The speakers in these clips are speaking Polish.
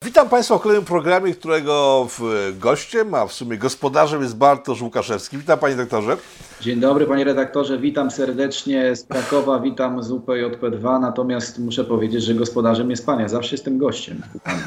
Witam Państwa w kolejnym programie, którego gościem, a w sumie gospodarzem jest Bartosz Łukaszewski. Witam Panie doktorze. Dzień dobry Panie redaktorze, witam serdecznie z Krakowa, witam z UPJP2, natomiast muszę powiedzieć, że gospodarzem jest Pan, ja zawsze jestem gościem.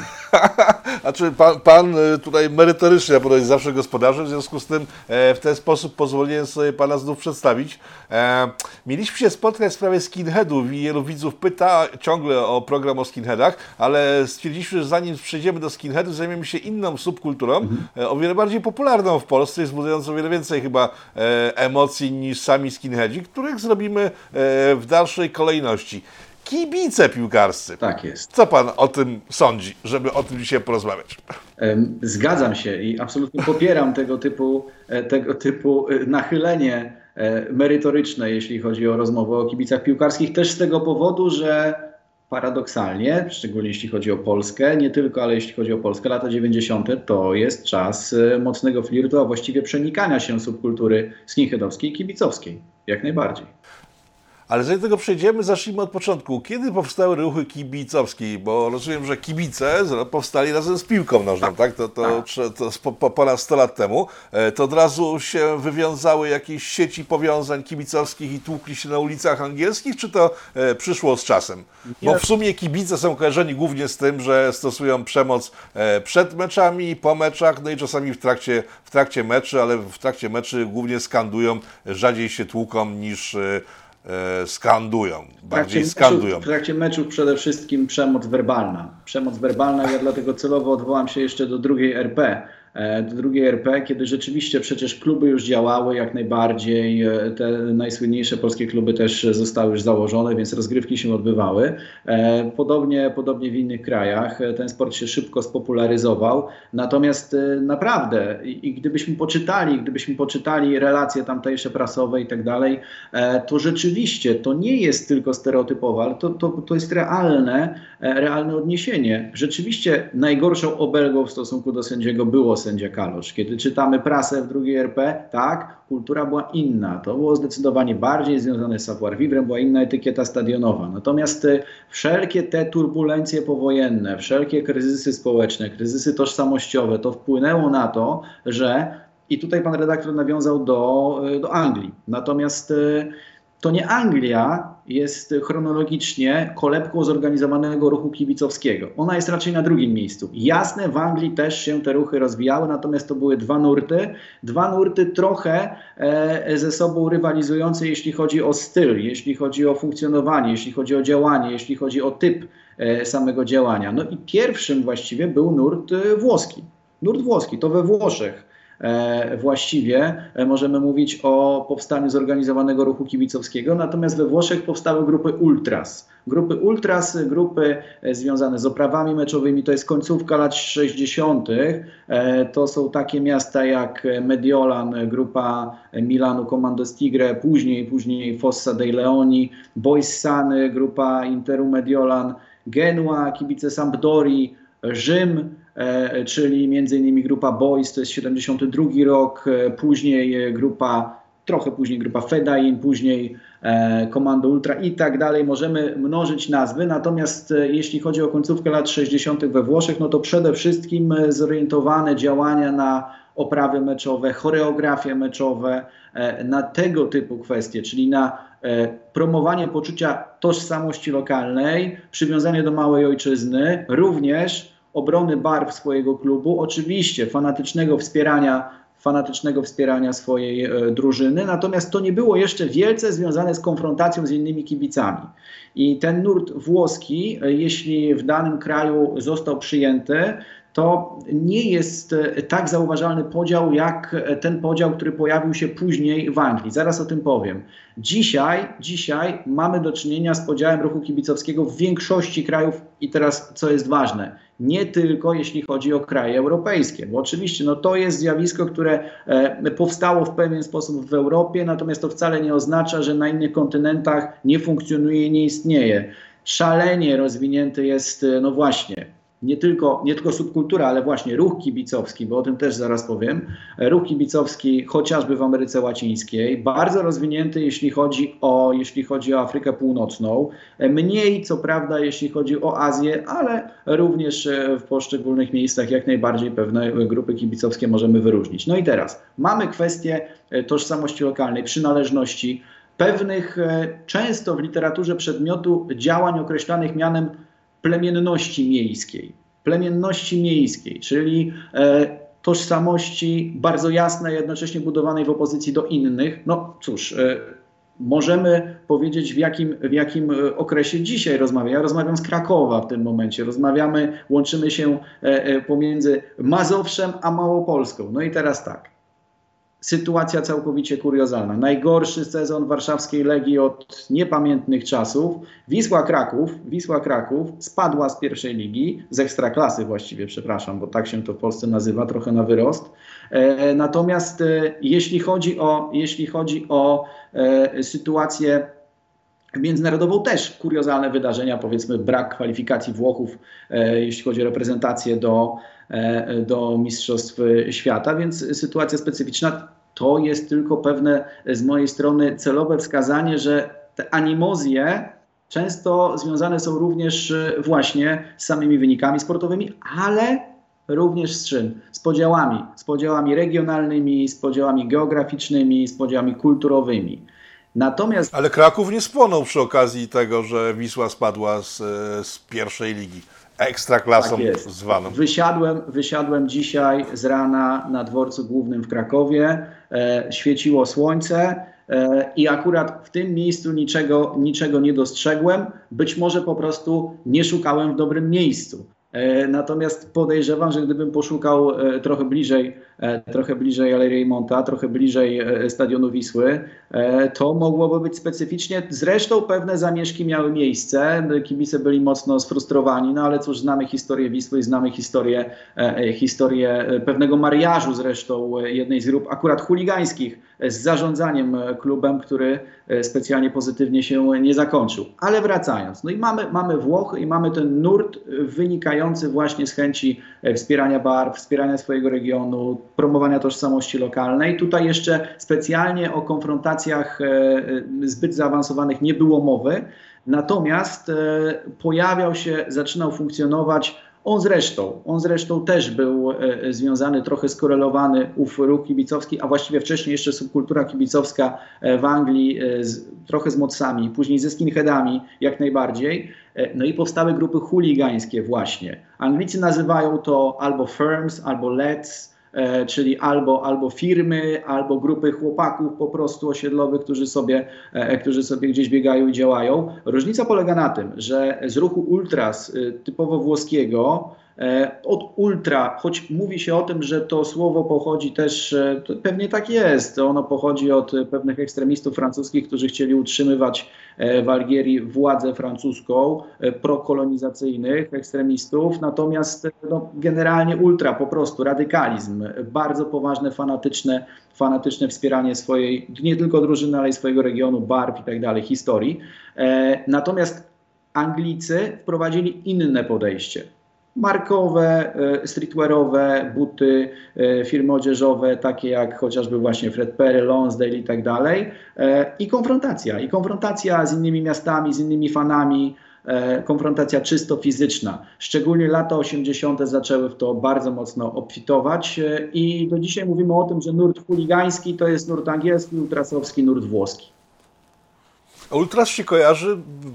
A czy pan tutaj merytorycznie, ja jest zawsze gospodarzem, w związku z tym w ten sposób pozwoliłem sobie Pana znów przedstawić. Mieliśmy się spotkać w sprawie skinheadów i wielu widzów pyta ciągle o program o skinheadach, ale stwierdziliśmy, że zanim przejdziemy do skinheadów, zajmiemy się inną subkulturą, o wiele bardziej popularną w Polsce i wzbudzającą o wiele więcej chyba emocji niż sami skinheadzi, których zrobimy w dalszej kolejności. Kibice piłkarscy. Tak jest. Co Pan o tym sądzi, żeby o tym dzisiaj porozmawiać? Zgadzam się i absolutnie popieram tego typu nachylenie merytoryczne, jeśli chodzi o rozmowę o kibicach piłkarskich, też z tego powodu, że paradoksalnie, szczególnie jeśli chodzi o Polskę, nie tylko, ale jeśli chodzi o Polskę, lata 90. to jest czas mocnego flirtu, a właściwie przenikania się subkultury skinheadowskiej i kibicowskiej. Jak najbardziej. Ale zanim do tego przejdziemy, zacznijmy od początku. Kiedy powstały ruchy kibicowskie? Bo rozumiem, że kibice powstali razem z piłką nożną, tak? To ponad 100 lat temu. To od razu się wywiązały jakieś sieci powiązań kibicowskich i tłukli się na ulicach angielskich, czy to przyszło z czasem? Bo w sumie kibice są kojarzeni głównie z tym, że stosują przemoc przed meczami, po meczach, no i czasami w trakcie meczy, ale w trakcie meczy głównie skandują, rzadziej się tłuką niż skandują, bardziej skandują. W trakcie meczów przede wszystkim przemoc werbalna. Przemoc werbalna, ja dlatego celowo odwołam się jeszcze do drugiej RP. Kiedy rzeczywiście przecież kluby już działały jak najbardziej, te najsłynniejsze polskie kluby też zostały już założone, więc rozgrywki się odbywały. Podobnie w innych krajach ten sport się szybko spopularyzował, natomiast naprawdę gdybyśmy poczytali relacje tamtejsze prasowe i tak dalej, to rzeczywiście to nie jest tylko stereotypowe, ale to jest realne odniesienie. Rzeczywiście najgorszą obelgą w stosunku do sędziego było sędzia Kalosz. Kiedy czytamy prasę w drugiej RP, tak, kultura była inna. To było zdecydowanie bardziej związane z savoir-vivre, była inna etykieta stadionowa. Natomiast wszelkie te turbulencje powojenne, wszelkie kryzysy społeczne, kryzysy tożsamościowe, to wpłynęło na to, że i tutaj pan redaktor nawiązał do Anglii. Natomiast to nie Anglia jest chronologicznie kolebką zorganizowanego ruchu kibicowskiego. Ona jest raczej na drugim miejscu. Jasne, w Anglii też się te ruchy rozwijały, natomiast to były dwa nurty trochę ze sobą rywalizujące, jeśli chodzi o styl, jeśli chodzi o funkcjonowanie, jeśli chodzi o działanie, jeśli chodzi o typ samego działania. No i pierwszym właściwie był nurt włoski. Nurt włoski, to we Włoszech. Właściwie możemy mówić o powstaniu zorganizowanego ruchu kibicowskiego, natomiast we Włoszech powstały grupy ultras. Grupy związane z oprawami meczowymi, to jest końcówka lat 60. To są takie miasta jak Mediolan, grupa Milanu Comandos Tigre, później Fossa dei Leoni, Boissany, grupa Interu Mediolan, Genua, kibice Sampdorii, Rzym, czyli m.in. grupa Boys, to jest 72 rok, trochę później grupa Fedain, później Komando Ultra i tak dalej. Możemy mnożyć nazwy, natomiast jeśli chodzi o końcówkę lat 60. we Włoszech, no to przede wszystkim zorientowane działania na oprawy meczowe, choreografie meczowe, na tego typu kwestie, czyli na promowanie poczucia tożsamości lokalnej, przywiązanie do małej ojczyzny, również obrony barw swojego klubu, oczywiście fanatycznego wspierania swojej drużyny, natomiast to nie było jeszcze wielce związane z konfrontacją z innymi kibicami. I ten nurt włoski, jeśli w danym kraju został przyjęty, to nie jest tak zauważalny podział, jak ten podział, który pojawił się później w Anglii. Zaraz o tym powiem. Dzisiaj mamy do czynienia z podziałem ruchu kibicowskiego w większości krajów i teraz, co jest ważne, nie tylko jeśli chodzi o kraje europejskie, bo oczywiście to jest zjawisko, które powstało w pewien sposób w Europie, natomiast to wcale nie oznacza, że na innych kontynentach nie funkcjonuje i nie istnieje. Szalenie rozwinięty jest, no właśnie, nie tylko subkultura, ale właśnie ruch kibicowski, bo o tym też zaraz powiem, ruch kibicowski chociażby w Ameryce Łacińskiej, bardzo rozwinięty jeśli chodzi o Afrykę Północną, mniej co prawda jeśli chodzi o Azję, ale również w poszczególnych miejscach jak najbardziej pewne grupy kibicowskie możemy wyróżnić. No i teraz mamy kwestię tożsamości lokalnej, przynależności, pewnych często w literaturze przedmiotu działań określanych mianem plemienności miejskiej, czyli tożsamości bardzo jasnej, jednocześnie budowanej w opozycji do innych. No cóż, możemy powiedzieć w jakim okresie dzisiaj rozmawiam. Ja rozmawiam z Krakowa w tym momencie, łączymy się pomiędzy Mazowszem a Małopolską. No i teraz tak. Sytuacja całkowicie kuriozalna. Najgorszy sezon warszawskiej Legii od niepamiętnych czasów. Wisła Kraków spadła z pierwszej ligi, z Ekstraklasy właściwie, przepraszam, bo tak się to w Polsce nazywa, trochę na wyrost. Natomiast jeśli chodzi o sytuację międzynarodową, też kuriozalne wydarzenia, powiedzmy brak kwalifikacji Włochów, jeśli chodzi o reprezentację do Mistrzostw Świata, więc sytuacja specyficzna. To jest tylko pewne z mojej strony celowe wskazanie, że te animozje często związane są również właśnie z samymi wynikami sportowymi, ale również z czym? Z podziałami regionalnymi, z podziałami geograficznymi, z podziałami kulturowymi. Natomiast... Ale Kraków nie spłonął przy okazji tego, że Wisła spadła z pierwszej ligi. Ekstraklasą tak zwaną. Wysiadłem dzisiaj z rana na dworcu głównym w Krakowie. Świeciło słońce i akurat w tym miejscu niczego nie dostrzegłem. Być może po prostu nie szukałem w dobrym miejscu. Natomiast podejrzewam, że gdybym poszukał trochę bliżej Alerii Reymonta, trochę bliżej stadionu Wisły, to mogłoby być specyficznie. Zresztą pewne zamieszki miały miejsce, kibice byli mocno sfrustrowani, no ale cóż, znamy historię Wisły i znamy historię pewnego mariażu zresztą jednej z grup akurat chuligańskich z zarządzaniem klubem, który specjalnie pozytywnie się nie zakończył. Ale wracając, no i mamy Włochy i mamy ten nurt wynikający właśnie z chęci wspierania barw, wspierania swojego regionu, promowania tożsamości lokalnej. Tutaj jeszcze specjalnie o konfrontacjach zbyt zaawansowanych nie było mowy, natomiast zaczynał funkcjonować. On zresztą też był związany, trochę skorelowany ów ruch kibicowski, a właściwie wcześniej jeszcze subkultura kibicowska w Anglii, trochę z modsami, później ze skinheadami jak najbardziej. No i powstały grupy chuligańskie właśnie. Anglicy nazywają to albo firms, albo lets, czyli albo firmy, albo grupy chłopaków po prostu osiedlowych, którzy sobie gdzieś biegają i działają. Różnica polega na tym, że z ruchu ultras typowo włoskiego, od ultra, choć mówi się o tym, że to słowo pochodzi też, to pewnie tak jest, ono pochodzi od pewnych ekstremistów francuskich, którzy chcieli utrzymywać w Algierii władzę francuską, prokolonizacyjnych ekstremistów, natomiast generalnie ultra, po prostu radykalizm, bardzo poważne, fanatyczne wspieranie swojej, nie tylko drużyny, ale i swojego regionu, barw i tak dalej, historii. Natomiast Anglicy wprowadzili inne podejście. Markowe, streetwearowe, buty, firmy odzieżowe, takie jak chociażby właśnie Fred Perry, Lonsdale i tak dalej. I konfrontacja z innymi miastami, z innymi fanami, konfrontacja czysto fizyczna. Szczególnie lata 80. zaczęły w to bardzo mocno obfitować i do dzisiaj mówimy o tym, że nurt chuligański to jest nurt angielski, ultrasowski, nurt włoski. Ultras się kojarzy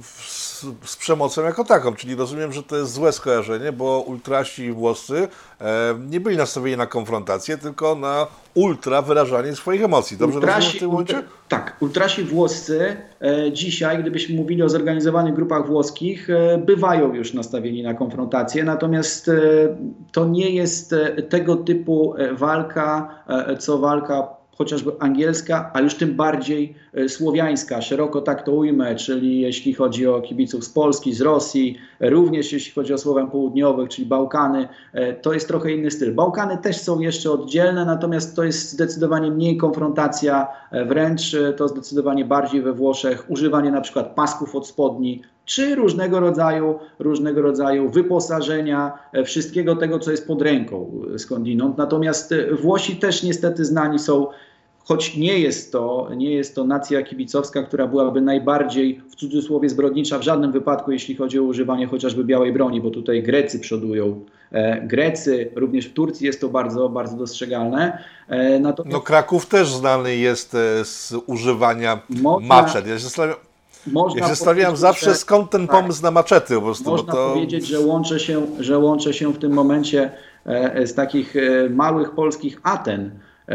z przemocą jako taką, czyli rozumiem, że to jest złe skojarzenie, bo ultrasi włoscy nie byli nastawieni na konfrontację, tylko na ultra wyrażanie swoich emocji. Dobrze rozumiem w tym momencie? Tak, ultrasi włoscy dzisiaj, gdybyśmy mówili o zorganizowanych grupach włoskich, bywają już nastawieni na konfrontację, natomiast to nie jest tego typu walka, co walka chociażby angielska, a już tym bardziej słowiańska, szeroko tak to ujmę, czyli jeśli chodzi o kibiców z Polski, z Rosji, również jeśli chodzi o Słowian południowych, czyli Bałkany, to jest trochę inny styl. Bałkany też są jeszcze oddzielne, natomiast to jest zdecydowanie mniej konfrontacja, wręcz to zdecydowanie bardziej we Włoszech używanie na przykład pasków od spodni, czy różnego rodzaju wyposażenia, wszystkiego tego, co jest pod ręką skądinąd. Natomiast Włosi też niestety znani są, choć nie jest to nacja kibicowska, która byłaby najbardziej, w cudzysłowie, zbrodnicza w żadnym wypadku, jeśli chodzi o używanie chociażby białej broni, bo tutaj Grecy przodują. Grecy, również w Turcji jest to bardzo, bardzo dostrzegalne. No Kraków też znany jest z używania maczet. Ja się zastanawiałem zawsze, skąd ten pomysł na maczety. Po prostu, można powiedzieć, że łączę się w tym momencie z takich małych polskich Aten,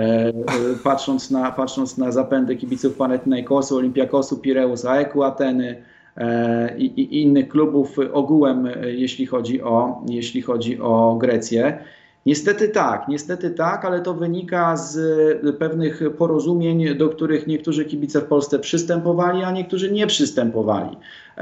patrząc na zapędy kibiców Panathinaikosu, Olympiakosu, Pireus, AEK-u Ateny i innych klubów ogółem, jeśli chodzi o Grecję. Niestety tak, ale to wynika z pewnych porozumień, do których niektórzy kibice w Polsce przystępowali, a niektórzy nie przystępowali.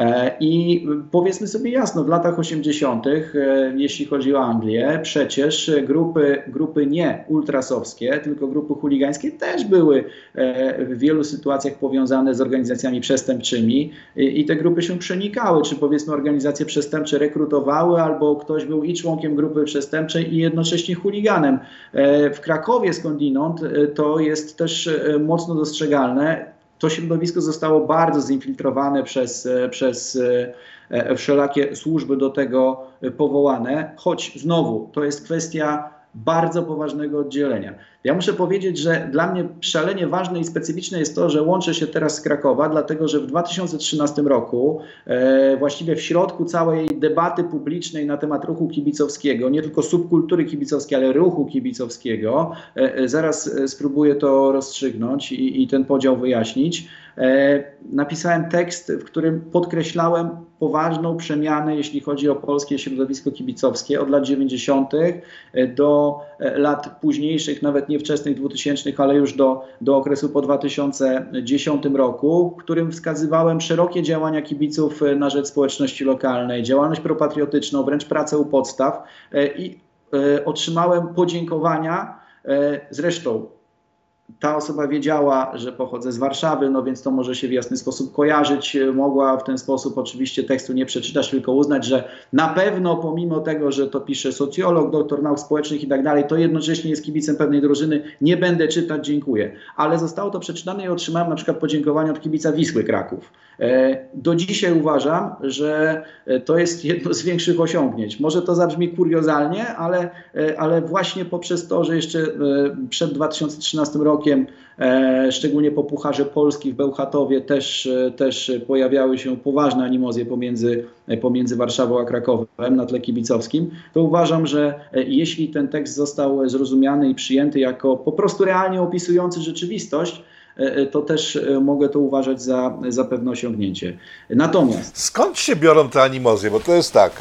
I powiedzmy sobie jasno, w latach 80., jeśli chodzi o Anglię, przecież grupy nie ultrasowskie, tylko grupy chuligańskie też były w wielu sytuacjach powiązane z organizacjami przestępczymi i te grupy się przenikały, czy powiedzmy organizacje przestępcze rekrutowały, albo ktoś był i członkiem grupy przestępczej i jednocześnie chuliganem. W Krakowie skądinąd to jest też mocno dostrzegalne. To środowisko zostało bardzo zinfiltrowane przez wszelakie służby do tego powołane, choć znowu to jest kwestia bardzo poważnego oddzielenia. Ja muszę powiedzieć, że dla mnie szalenie ważne i specyficzne jest to, że łączę się teraz z Krakowa, dlatego że w 2013 roku, właściwie w środku całej debaty publicznej na temat ruchu kibicowskiego, nie tylko subkultury kibicowskiej, ale ruchu kibicowskiego, zaraz spróbuję to rozstrzygnąć i ten podział wyjaśnić, napisałem tekst, w którym podkreślałem poważną przemianę, jeśli chodzi o polskie środowisko kibicowskie od lat 90. do lat późniejszych, nawet nie wczesnych 2000, ale już do okresu po 2010 roku, w którym wskazywałem szerokie działania kibiców na rzecz społeczności lokalnej, działalność propatriotyczną, wręcz pracę u podstaw i otrzymałem podziękowania. Zresztą ta osoba wiedziała, że pochodzę z Warszawy, no więc to może się w jasny sposób kojarzyć. Mogła w ten sposób oczywiście tekstu nie przeczytać, tylko uznać, że na pewno pomimo tego, że to pisze socjolog, doktor nauk społecznych i tak dalej, to jednocześnie jest kibicem pewnej drużyny. Nie będę czytać, dziękuję. Ale zostało to przeczytane i otrzymałem na przykład podziękowanie od kibica Wisły Kraków. Do dzisiaj uważam, że to jest jedno z większych osiągnięć. Może to zabrzmi kuriozalnie, ale właśnie poprzez to, że jeszcze przed 2013 rokiem, szczególnie po Pucharze Polski w Bełchatowie też pojawiały się poważne animozje pomiędzy Warszawą a Krakowem na tle kibicowskim, to uważam, że jeśli ten tekst został zrozumiany i przyjęty jako po prostu realnie opisujący rzeczywistość, to też mogę to uważać za pewne osiągnięcie. Natomiast... Skąd się biorą te animozje? Bo to jest tak,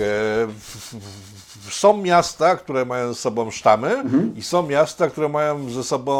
są miasta, które mają ze sobą sztamy i są miasta, które mają ze sobą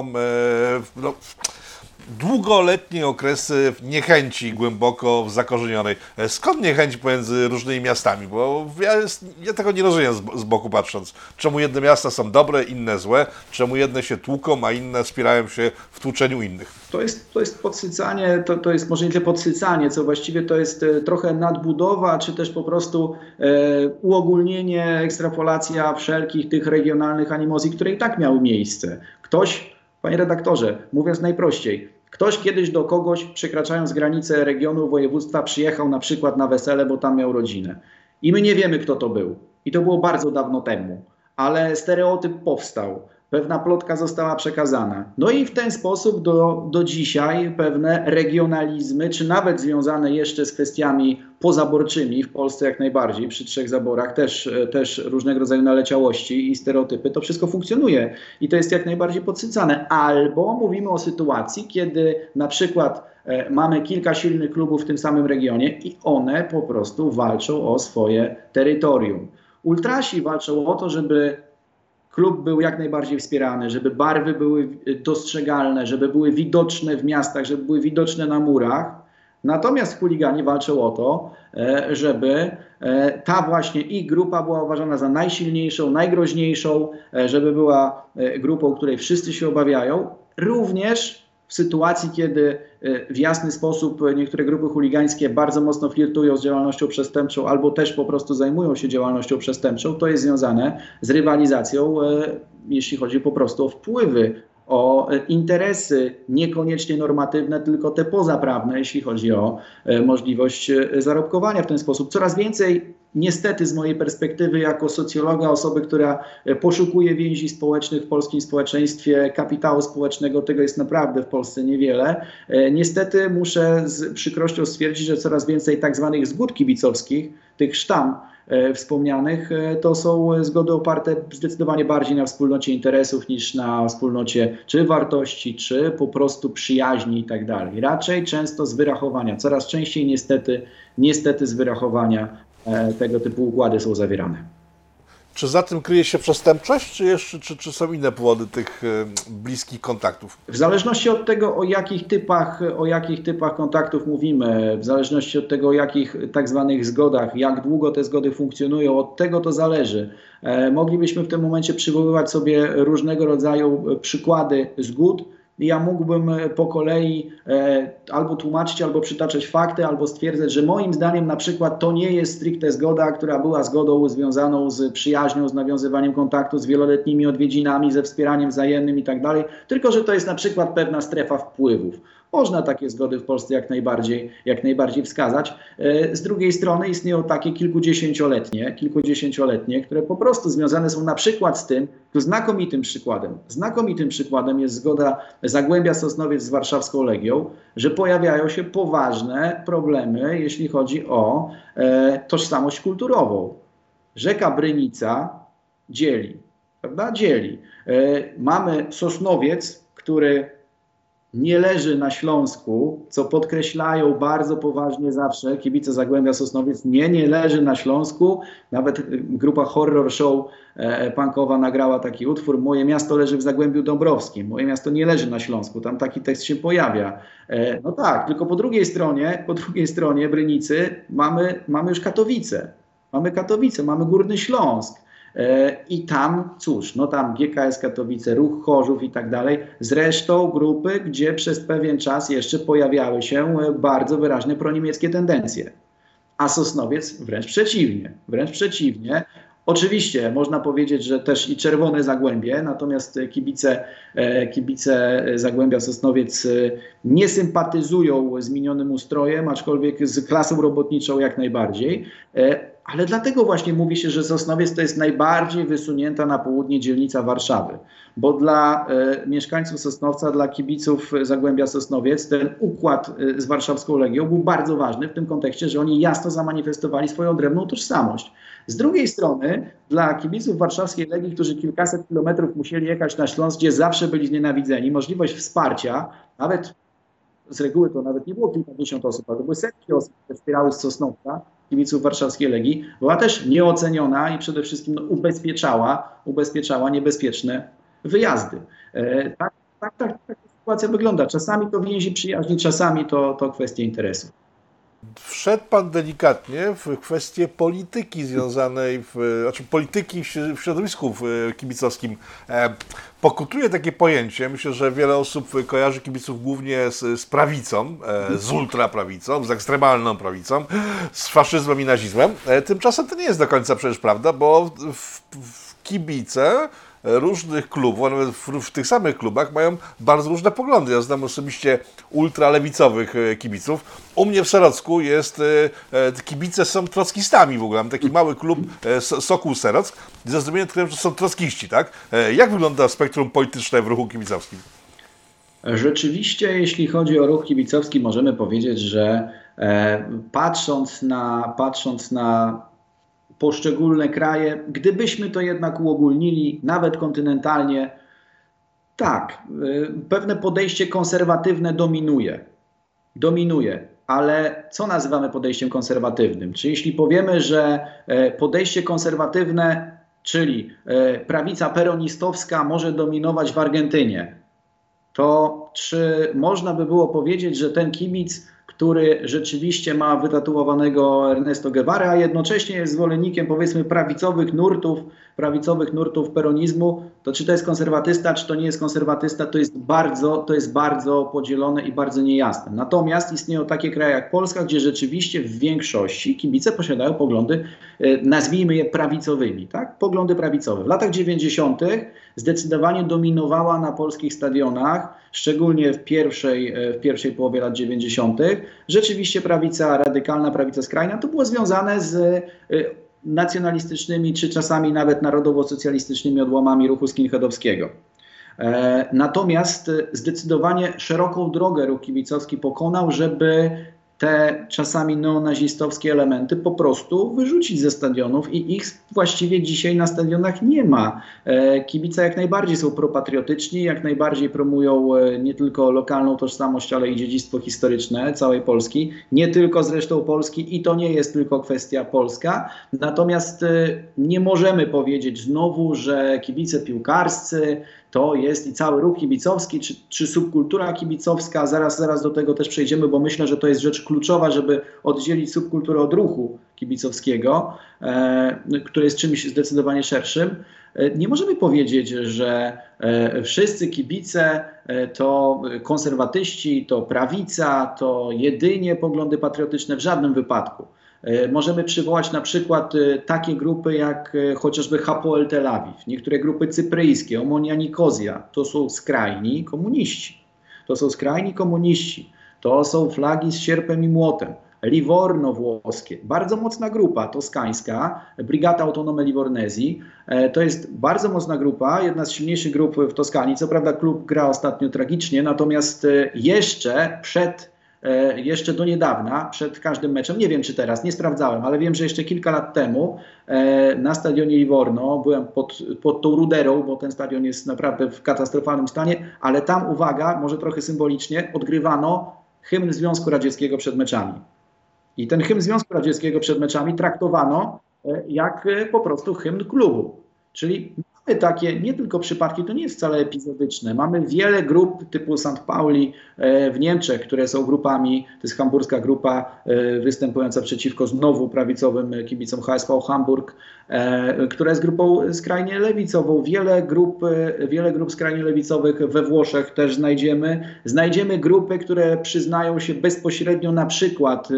długoletnie okresy niechęci głęboko zakorzenionej. Skąd niechęć pomiędzy różnymi miastami? Bo ja tego nie rozumiem z boku patrząc. Czemu jedne miasta są dobre, inne złe? Czemu jedne się tłuką, a inne wspierają się w tłuczeniu innych? To jest podsycanie, to jest może nie tyle podsycanie, co właściwie to jest trochę nadbudowa, czy też po prostu uogólnienie, ekstrapolacja wszelkich tych regionalnych animozji, które i tak miały miejsce. Ktoś, panie redaktorze, mówiąc najprościej, ktoś kiedyś do kogoś, przekraczając granicę regionu, województwa, przyjechał na przykład na wesele, bo tam miał rodzinę. I my nie wiemy, kto to był. I to było bardzo dawno temu. Ale stereotyp powstał. Pewna plotka została przekazana. No i w ten sposób do dzisiaj pewne regionalizmy, czy nawet związane jeszcze z kwestiami pozaborczymi, w Polsce jak najbardziej, przy 3 zaborach też różnego rodzaju naleciałości i stereotypy, to wszystko funkcjonuje i to jest jak najbardziej podsycane. Albo mówimy o sytuacji, kiedy na przykład mamy kilka silnych klubów w tym samym regionie i one po prostu walczą o swoje terytorium. Ultrasi walczą o to, żeby klub był jak najbardziej wspierany, żeby barwy były dostrzegalne, żeby były widoczne w miastach, żeby były widoczne na murach. Natomiast chuligani walczą o to, żeby ta właśnie ich grupa była uważana za najsilniejszą, najgroźniejszą, żeby była grupą, której wszyscy się obawiają. Również w sytuacji, kiedy w jasny sposób niektóre grupy chuligańskie bardzo mocno flirtują z działalnością przestępczą albo też po prostu zajmują się działalnością przestępczą, to jest związane z rywalizacją, jeśli chodzi po prostu o wpływy, o interesy niekoniecznie normatywne, tylko te pozaprawne, jeśli chodzi o możliwość zarobkowania w ten sposób. Coraz więcej, niestety z mojej perspektywy jako socjologa, osoby, która poszukuje więzi społecznych w polskim społeczeństwie, kapitału społecznego, tego jest naprawdę w Polsce niewiele. Niestety muszę z przykrością stwierdzić, że coraz więcej tak zwanych zgód kibicowskich, tych sztam wspomnianych, to są zgody oparte zdecydowanie bardziej na wspólnocie interesów niż na wspólnocie czy wartości, czy po prostu przyjaźni i tak dalej. Raczej często z wyrachowania, coraz częściej niestety z wyrachowania tego typu układy są zawierane. Czy za tym kryje się przestępczość, czy są inne powody tych bliskich kontaktów? W zależności od tego, o jakich typach kontaktów mówimy, w zależności od tego, o jakich tak zwanych zgodach, jak długo te zgody funkcjonują, od tego to zależy. Moglibyśmy w tym momencie przywoływać sobie różnego rodzaju przykłady zgód. Ja mógłbym po kolei albo tłumaczyć, albo przytaczać fakty, albo stwierdzać, że moim zdaniem na przykład to nie jest stricte zgoda, która była zgodą związaną z przyjaźnią, z nawiązywaniem kontaktu, z wieloletnimi odwiedzinami, ze wspieraniem wzajemnym i tak dalej, tylko że to jest na przykład pewna strefa wpływów. Można takie zgody w Polsce jak najbardziej wskazać. Z drugiej strony istnieją takie kilkudziesięcioletnie, które po prostu związane są na przykład z tym, tu znakomitym przykładem jest zgoda Zagłębia Sosnowiec z warszawską Legią, że pojawiają się poważne problemy, jeśli chodzi o tożsamość kulturową. Rzeka Brynica dzieli, prawda? Dzieli. Mamy Sosnowiec, który nie leży na Śląsku, co podkreślają bardzo poważnie zawsze kibice Zagłębia Sosnowiec. Nie leży na Śląsku. Nawet grupa Horror Show punkowa nagrała taki utwór: Moje miasto leży w Zagłębiu Dąbrowskim. Moje miasto nie leży na Śląsku. Tam taki tekst się pojawia. No tak, tylko po drugiej stronie Brynicy mamy już Katowice. Mamy Górny Śląsk. I tam, cóż, no tam GKS Katowice, Ruch Chorzów i tak dalej. Zresztą grupy, gdzie przez pewien czas jeszcze pojawiały się bardzo wyraźne proniemieckie tendencje. A Sosnowiec wręcz przeciwnie. Oczywiście można powiedzieć, że też i Czerwone Zagłębie, natomiast kibice Zagłębia Sosnowiec nie sympatyzują z minionym ustrojem, aczkolwiek z klasą robotniczą jak najbardziej. Ale dlatego właśnie mówi się, że Sosnowiec to jest najbardziej wysunięta na południe dzielnica Warszawy. Bo dla mieszkańców Sosnowca, dla kibiców Zagłębia Sosnowiec ten układ z warszawską Legią był bardzo ważny w tym kontekście, że oni jasno zamanifestowali swoją odrębną tożsamość. Z drugiej strony dla kibiców warszawskiej Legii, którzy kilkaset kilometrów musieli jechać na Śląsk, gdzie zawsze byli znienawidzeni, możliwość wsparcia, nawet z reguły to nawet nie było kilkadziesiąt osób, ale to były setki osób, które wspierały z Sosnowca, kibiców warszawskiej Legii, była też nieoceniona i przede wszystkim ubezpieczała niebezpieczne wyjazdy. Tak sytuacja wygląda. Czasami to więzi przyjaźni, czasami to kwestie interesu. Wszedł Pan delikatnie w kwestię polityki związanej, polityki w środowisku kibicowskim. Pokutuje takie pojęcie, myślę, że wiele osób kojarzy kibiców głównie z prawicą, z ultraprawicą, z ekstremalną prawicą, z faszyzmem i nazizmem. Tymczasem to nie jest do końca przecież prawda, bo kibice różnych klubów, a nawet w tych samych klubach mają bardzo różne poglądy. Ja znam osobiście ultralewicowych kibiców. U mnie w Serocku kibice są trockistami w ogóle. Mam taki mały klub Sokół Serock, ze zdumieniem odkryłem, że są trockiści, tak? Jak wygląda spektrum polityczne w ruchu kibicowskim? Rzeczywiście, jeśli chodzi o ruch kibicowski, możemy powiedzieć, że patrząc na poszczególne kraje, gdybyśmy to jednak uogólnili, nawet kontynentalnie, tak, pewne podejście konserwatywne dominuje. Ale co nazywamy podejściem konserwatywnym? Czy jeśli powiemy, że podejście konserwatywne, czyli prawica peronistowska może dominować w Argentynie, to czy można by było powiedzieć, że ten kibic który rzeczywiście ma wytatuowanego Ernesto Guevara, a jednocześnie jest zwolennikiem, powiedzmy, prawicowych nurtów peronizmu, to czy to jest konserwatysta, czy to nie jest konserwatysta, to jest bardzo podzielone i bardzo niejasne. Natomiast istnieją takie kraje jak Polska, gdzie rzeczywiście w większości kibice posiadają poglądy, nazwijmy je prawicowymi, tak? Poglądy prawicowe. W latach 90. zdecydowanie dominowała na polskich stadionach, szczególnie w pierwszej połowie lat 90. rzeczywiście prawica radykalna, prawica skrajna. To było związane z nacjonalistycznymi, czy czasami nawet narodowo-socjalistycznymi odłamami ruchu skinheadowskiego. Natomiast zdecydowanie szeroką drogę ruch kibicowski pokonał, żeby te czasami neonazistowskie elementy po prostu wyrzucić ze stadionów i ich właściwie dzisiaj na stadionach nie ma. Kibice jak najbardziej są propatriotyczni, jak najbardziej promują nie tylko lokalną tożsamość, ale i dziedzictwo historyczne całej Polski, nie tylko zresztą Polski i to nie jest tylko kwestia polska. Natomiast nie możemy powiedzieć znowu, że kibice piłkarscy to jest i cały ruch kibicowski, czy subkultura kibicowska, zaraz do tego też przejdziemy, bo myślę, że to jest rzecz kluczowa, żeby oddzielić subkulturę od ruchu kibicowskiego, który jest czymś zdecydowanie szerszym. Nie możemy powiedzieć, że wszyscy kibice to konserwatyści, to prawica, to jedynie poglądy patriotyczne, w żadnym wypadku. Możemy przywołać na przykład takie grupy jak chociażby Hapoel Tel Awiw, niektóre grupy cypryjskie, Omonia Nikozja, to są skrajni komuniści. To są flagi z sierpem i młotem. Livorno włoskie, bardzo mocna grupa toskańska, Brigata Autonome Livornesi. To jest bardzo mocna grupa, jedna z silniejszych grup w Toskanii. Co prawda klub gra ostatnio tragicznie, natomiast jeszcze do niedawna, przed każdym meczem, nie wiem czy teraz, nie sprawdzałem, ale wiem, że jeszcze kilka lat temu na stadionie Livorno, byłem pod tą ruderą, bo ten stadion jest naprawdę w katastrofalnym stanie, ale tam, uwaga, może trochę symbolicznie, odgrywano hymn Związku Radzieckiego przed meczami. I ten hymn Związku Radzieckiego przed meczami traktowano jak po prostu hymn klubu. Czyli mamy takie nie tylko przypadki, to nie jest wcale epizodyczne. Mamy wiele grup typu St. Pauli w Niemczech, które są grupami, to jest hamburska grupa występująca przeciwko znowu prawicowym kibicom HSV Hamburg, która jest grupą skrajnie lewicową. Wiele grup skrajnie lewicowych we Włoszech też znajdziemy. Znajdziemy grupy, które przyznają się bezpośrednio na przykład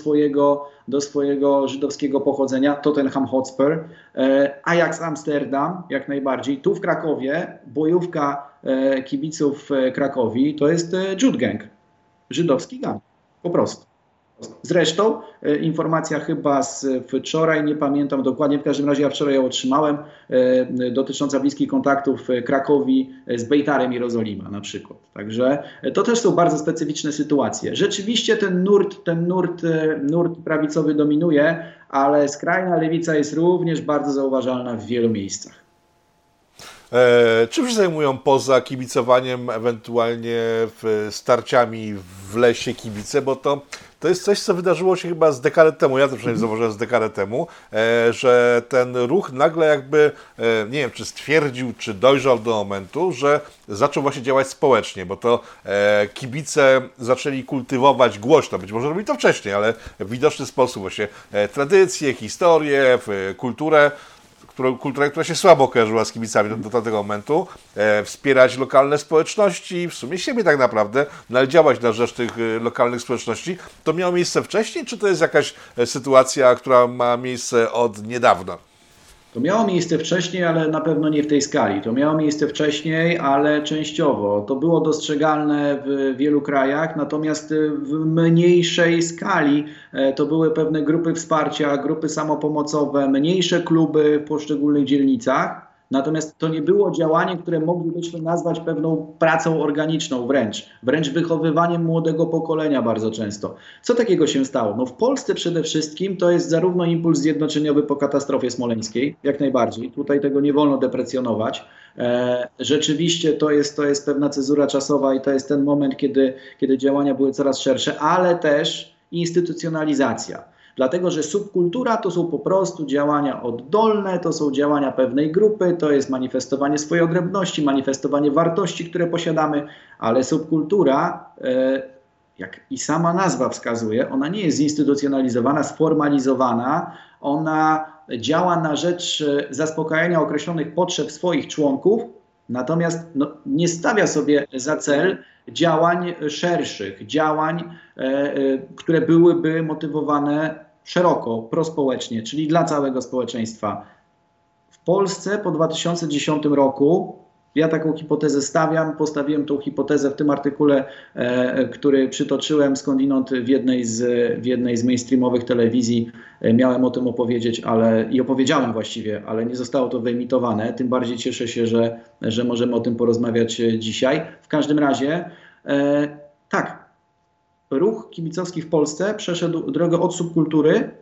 do swojego żydowskiego pochodzenia, Tottenham Hotspur, Ajax Amsterdam, jak najbardziej. Tu w Krakowie bojówka kibiców Krakowi to jest Jude Gang, żydowski gang, po prostu. Zresztą informacja chyba z wczoraj, nie pamiętam dokładnie, w każdym razie ja wczoraj ją otrzymałem, dotycząca bliskich kontaktów Krakowi z Bejtarem Jerozolima na przykład. Także to też są bardzo specyficzne sytuacje. Rzeczywiście ten nurt prawicowy dominuje, ale skrajna lewica jest również bardzo zauważalna w wielu miejscach. Czym się zajmują poza kibicowaniem, ewentualnie starciami w lesie kibice, bo to jest coś, co wydarzyło się chyba z dekadę temu, ja to przynajmniej zauważyłem z dekadę temu, że ten ruch nagle jakby, nie wiem, czy stwierdził, czy dojrzał do momentu, że zaczął właśnie działać społecznie, bo to kibice zaczęli kultywować głośno, być może robili to wcześniej, ale w widoczny sposób właśnie tradycje, historię, kulturę, która się słabo kojarzyła z kibicami do tamtego momentu, wspierać lokalne społeczności, w sumie siebie tak naprawdę, no ale działać na rzecz tych lokalnych społeczności. To miało miejsce wcześniej, czy to jest jakaś sytuacja, która ma miejsce od niedawna? To miało miejsce wcześniej, ale na pewno nie w tej skali. To miało miejsce wcześniej, ale częściowo. To było dostrzegalne w wielu krajach, natomiast w mniejszej skali. To były pewne grupy wsparcia, grupy samopomocowe, mniejsze kluby w poszczególnych dzielnicach. Natomiast to nie było działanie, które moglibyśmy nazwać pewną pracą organiczną wręcz wychowywaniem młodego pokolenia bardzo często. Co takiego się stało? No w Polsce przede wszystkim to jest zarówno impuls zjednoczeniowy po katastrofie smoleńskiej, jak najbardziej. Tutaj tego nie wolno deprecjonować. Rzeczywiście to jest pewna cezura czasowa i to jest ten moment, kiedy działania były coraz szersze, ale też instytucjonalizacja. Dlatego, że subkultura to są po prostu działania oddolne, to są działania pewnej grupy, to jest manifestowanie swojej odrębności, manifestowanie wartości, które posiadamy, ale subkultura jak i sama nazwa wskazuje, ona nie jest zinstytucjonalizowana, sformalizowana, ona działa na rzecz zaspokajania określonych potrzeb swoich członków, natomiast nie stawia sobie za cel działań szerszych, działań, które byłyby motywowane szeroko, prospołecznie, czyli dla całego społeczeństwa. W Polsce po 2010 roku, ja taką hipotezę stawiam, postawiłem tą hipotezę w tym artykule, który przytoczyłem skądinąd w jednej z mainstreamowych telewizji. Miałem o tym opowiedzieć, i opowiedziałem właściwie, ale nie zostało to wyemitowane. Tym bardziej cieszę się, że możemy o tym porozmawiać dzisiaj. W każdym razie, tak, ruch kibicowski w Polsce przeszedł drogę od subkultury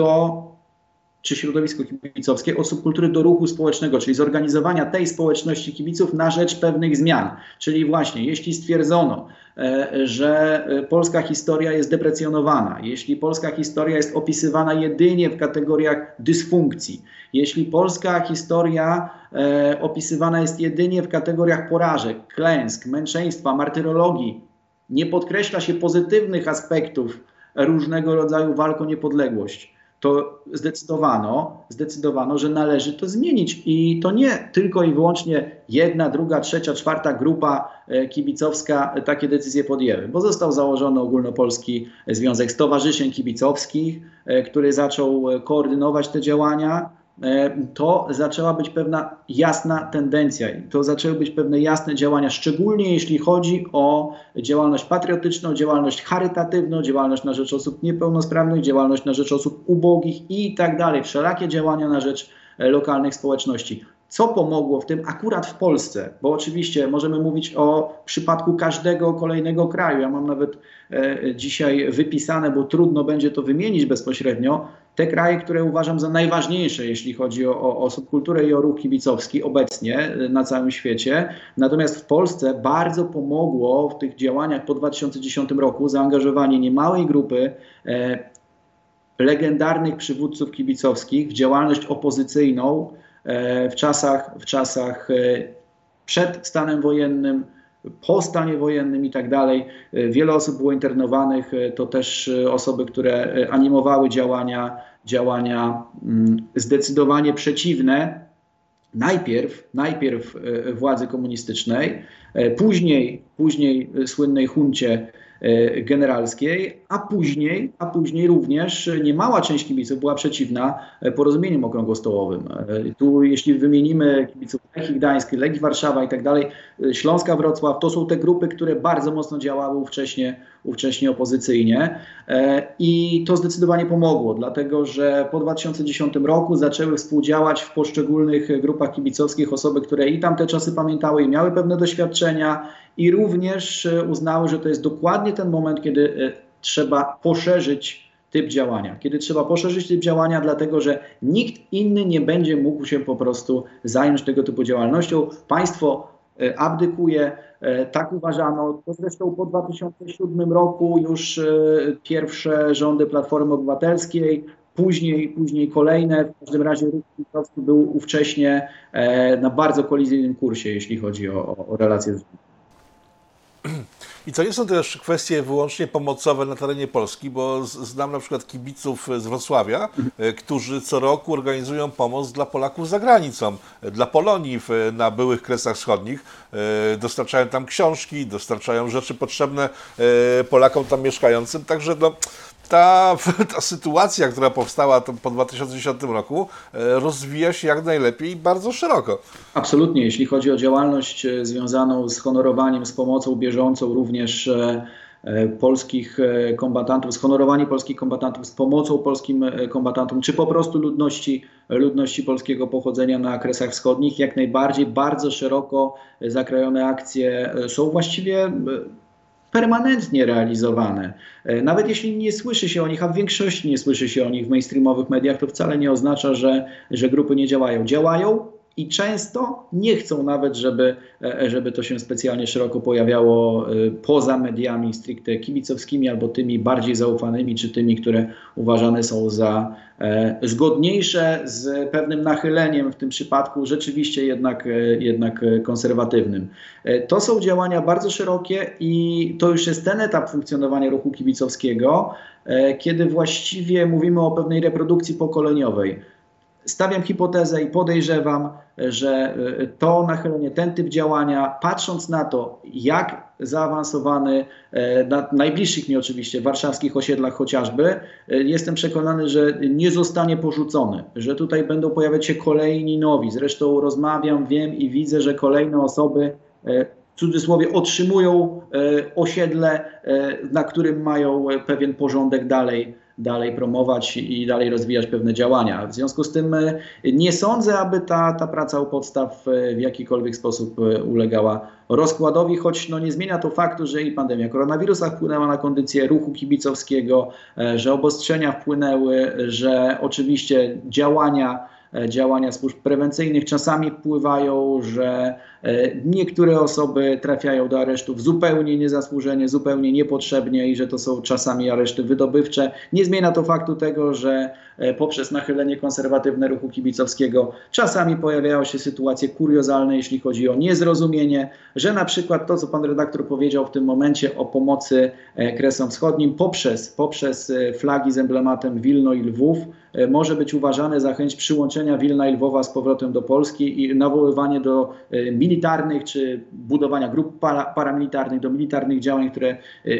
czy środowisko kibicowskie, od subkultury do ruchu społecznego, czyli zorganizowania tej społeczności kibiców na rzecz pewnych zmian. Czyli właśnie, jeśli stwierdzono, że polska historia jest deprecjonowana, jeśli polska historia jest opisywana jedynie w kategoriach dysfunkcji, jeśli polska historia opisywana jest jedynie w kategoriach porażek, klęsk, męczeństwa, martyrologii, nie podkreśla się pozytywnych aspektów różnego rodzaju walk o niepodległość, to zdecydowano, że należy to zmienić. I to nie tylko i wyłącznie jedna, druga, trzecia, czwarta grupa kibicowska takie decyzje podjęły, bo został założony Ogólnopolski Związek Stowarzyszeń Kibicowskich, który zaczął koordynować te działania. To zaczęła być pewna jasna tendencja i to zaczęły być pewne jasne działania, szczególnie jeśli chodzi o działalność patriotyczną, działalność charytatywną, działalność na rzecz osób niepełnosprawnych, działalność na rzecz osób ubogich i tak dalej. Wszelakie działania na rzecz lokalnych społeczności. Co pomogło w tym akurat w Polsce? Bo oczywiście możemy mówić o przypadku każdego kolejnego kraju. Ja mam nawet dzisiaj wypisane, bo trudno będzie to wymienić bezpośrednio, te kraje, które uważam za najważniejsze, jeśli chodzi o subkulturę i o ruch kibicowski obecnie na całym świecie. Natomiast w Polsce bardzo pomogło w tych działaniach po 2010 roku zaangażowanie niemałej grupy legendarnych przywódców kibicowskich w działalność opozycyjną w czasach przed stanem wojennym, po stanie wojennym i tak dalej. Wiele osób było internowanych, to też osoby, które animowały działania zdecydowanie przeciwne najpierw władzy komunistycznej, później słynnej huncie generalskiej, a później również niemała część kibiców była przeciwna porozumieniom okrągłostołowym. Tu jeśli wymienimy kibiców Lechii Gdańsk, Legii Warszawa i tak dalej, Śląska Wrocław, to są te grupy, które bardzo mocno działały ówcześnie opozycyjnie i to zdecydowanie pomogło, dlatego że po 2010 roku zaczęły współdziałać w poszczególnych grupach kibicowskich osoby, które i tamte czasy pamiętały i miały pewne doświadczenia i również uznały, że to jest dokładnie ten moment, kiedy trzeba poszerzyć typ działania. Dlatego że nikt inny nie będzie mógł się po prostu zająć tego typu działalnością. Państwo abdykuje, tak uważano. To zresztą po 2007 roku już pierwsze rządy Platformy Obywatelskiej, później kolejne. W każdym razie ruch kibicowski był ówcześnie na bardzo kolizyjnym kursie, jeśli chodzi o relacje z I to nie są też kwestie wyłącznie pomocowe na terenie Polski, bo znam na przykład kibiców z Wrocławia, którzy co roku organizują pomoc dla Polaków za granicą, dla Polonii na byłych Kresach Wschodnich. Dostarczają tam książki, dostarczają rzeczy potrzebne Polakom tam mieszkającym, także ta sytuacja, która powstała po 2010 roku, rozwija się jak najlepiej i bardzo szeroko. Absolutnie. Jeśli chodzi o działalność związaną z honorowaniem, z pomocą bieżącą również polskich kombatantów, zhonorowanie polskich kombatantów, z pomocą polskim kombatantom, czy po prostu ludności polskiego pochodzenia na Kresach Wschodnich, jak najbardziej bardzo szeroko zakrojone akcje są właściwie permanentnie realizowane. Nawet jeśli nie słyszy się o nich, a w większości nie słyszy się o nich w mainstreamowych mediach, to wcale nie oznacza, że grupy nie działają. Działają i często nie chcą nawet, żeby to się specjalnie szeroko pojawiało poza mediami stricte kibicowskimi albo tymi bardziej zaufanymi, czy tymi, które uważane są za zgodniejsze z pewnym nachyleniem, w tym przypadku rzeczywiście jednak konserwatywnym. To są działania bardzo szerokie i to już jest ten etap funkcjonowania ruchu kibicowskiego, kiedy właściwie mówimy o pewnej reprodukcji pokoleniowej. Stawiam hipotezę i podejrzewam, że to nachylenie, ten typ działania, patrząc na to, jak zaawansowany, na najbliższych mi oczywiście warszawskich osiedlach chociażby, jestem przekonany, że nie zostanie porzucony, że tutaj będą pojawiać się kolejni nowi. Zresztą rozmawiam, wiem i widzę, że kolejne osoby w cudzysłowie otrzymują osiedle, na którym mają pewien porządek dalej promować i dalej rozwijać pewne działania. W związku z tym nie sądzę, aby ta praca u podstaw w jakikolwiek sposób ulegała rozkładowi, choć nie zmienia to faktu, że i pandemia koronawirusa wpłynęła na kondycję ruchu kibicowskiego, że obostrzenia wpłynęły, że oczywiście działania służb prewencyjnych czasami wpływają, że niektóre osoby trafiają do aresztów zupełnie niezasłużenie, zupełnie niepotrzebnie i że to są czasami areszty wydobywcze. Nie zmienia to faktu tego, że poprzez nachylenie konserwatywne ruchu kibicowskiego czasami pojawiają się sytuacje kuriozalne, jeśli chodzi o niezrozumienie, że na przykład to, co pan redaktor powiedział w tym momencie o pomocy Kresom Wschodnim poprzez flagi z emblematem Wilno i Lwów może być uważane za chęć przyłączenia Wilna i Lwowa z powrotem do Polski i nawoływanie do militarnych czy budowania grup paramilitarnych, do militarnych działań, które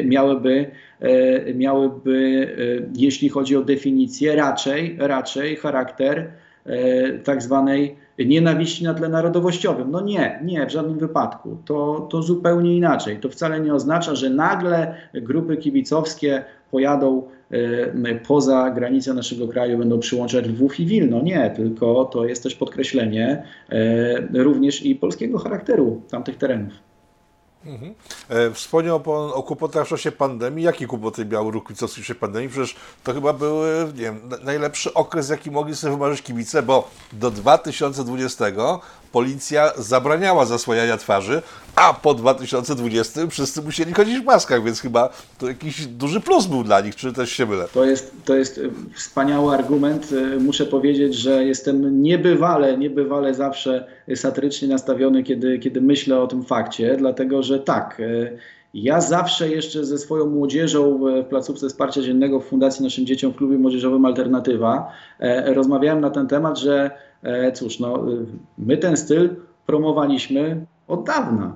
miałyby, jeśli chodzi o definicję, raczej charakter tak zwanej nienawiści na tle narodowościowym. Nie, w żadnym wypadku. To zupełnie inaczej. To wcale nie oznacza, że nagle grupy kibicowskie pojadą poza granicę naszego kraju, będą przyłączać Lwów i Wilno. Nie, tylko to jest też podkreślenie również i polskiego charakteru tamtych terenów. Mhm. Wspomniał pan o kłopotach w czasie pandemii. Jakie kłopoty miał ruch kibicowski w czasie pandemii? Przecież to chyba był, nie wiem, najlepszy okres, jaki mogli sobie wymarzyć kibice, bo do 2020 policja zabraniała zasłaniania twarzy, a po 2020 wszyscy musieli chodzić w maskach, więc chyba to jakiś duży plus był dla nich, czy też się mylę? To jest wspaniały argument. Muszę powiedzieć, że jestem niebywale zawsze satyrycznie nastawiony, kiedy myślę o tym fakcie, dlatego że tak, ja zawsze jeszcze ze swoją młodzieżą w placówce wsparcia dziennego w Fundacji Naszym Dzieciom w klubie młodzieżowym Alternatywa rozmawiałem na ten temat, że cóż, my ten styl promowaliśmy od dawna.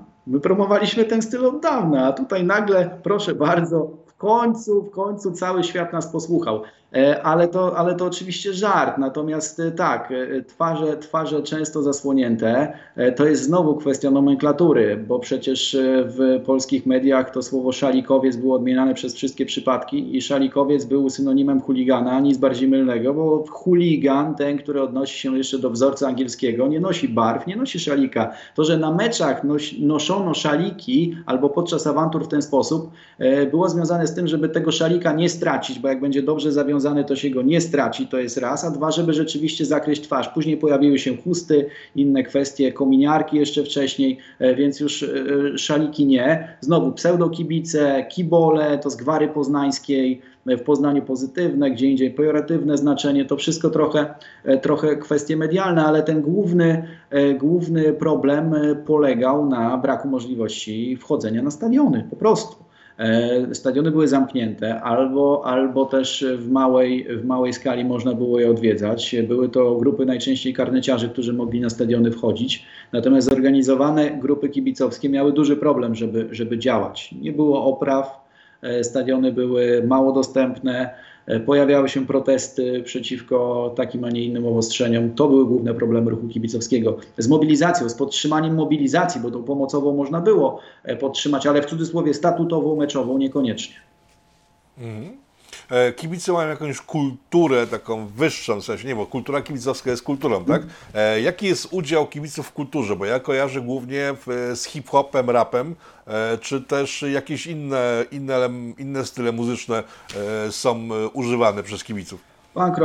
A tutaj nagle, proszę bardzo, w końcu cały świat nas posłuchał. Ale to oczywiście żart. Natomiast tak, twarze często zasłonięte. To jest znowu kwestia nomenklatury, bo przecież w polskich mediach to słowo szalikowiec było odmieniane przez wszystkie przypadki i szalikowiec był synonimem chuligana, nic bardziej mylnego, bo chuligan, ten, który odnosi się jeszcze do wzorca angielskiego, nie nosi barw, nie nosi szalika. To, że na meczach noszono szaliki albo podczas awantur w ten sposób, było związane z tym, żeby tego szalika nie stracić, bo jak będzie dobrze zawiązany, to się go nie straci, to jest raz, a dwa, żeby rzeczywiście zakryć twarz. Później pojawiły się chusty, inne kwestie, kominiarki jeszcze wcześniej, więc już szaliki nie. Znowu pseudokibice, kibole, to z gwary poznańskiej, w Poznaniu pozytywne, gdzie indziej pejoratywne znaczenie, to wszystko trochę kwestie medialne, ale ten główny problem polegał na braku możliwości wchodzenia na stadiony, po prostu. Stadiony były zamknięte, albo też w małej skali można było je odwiedzać. Były to grupy najczęściej karneciarzy, którzy mogli na stadiony wchodzić. Natomiast zorganizowane grupy kibicowskie miały duży problem, żeby działać. Nie było opraw, stadiony były mało dostępne, pojawiały się protesty przeciwko takim, a nie innym obostrzeniom. To były główne problemy ruchu kibicowskiego. Z mobilizacją, z podtrzymaniem mobilizacji, bo tą pomocową można było podtrzymać, ale w cudzysłowie statutową, meczową niekoniecznie. Mhm. Kibice mają jakąś kulturę taką wyższą, w sensie, nie, bo kultura kibicowska jest kulturą, tak? Jaki jest udział kibiców w kulturze? Bo ja kojarzę głównie z hip-hopem, rapem, czy też jakieś inne style muzyczne są używane przez kibiców? Punk rock,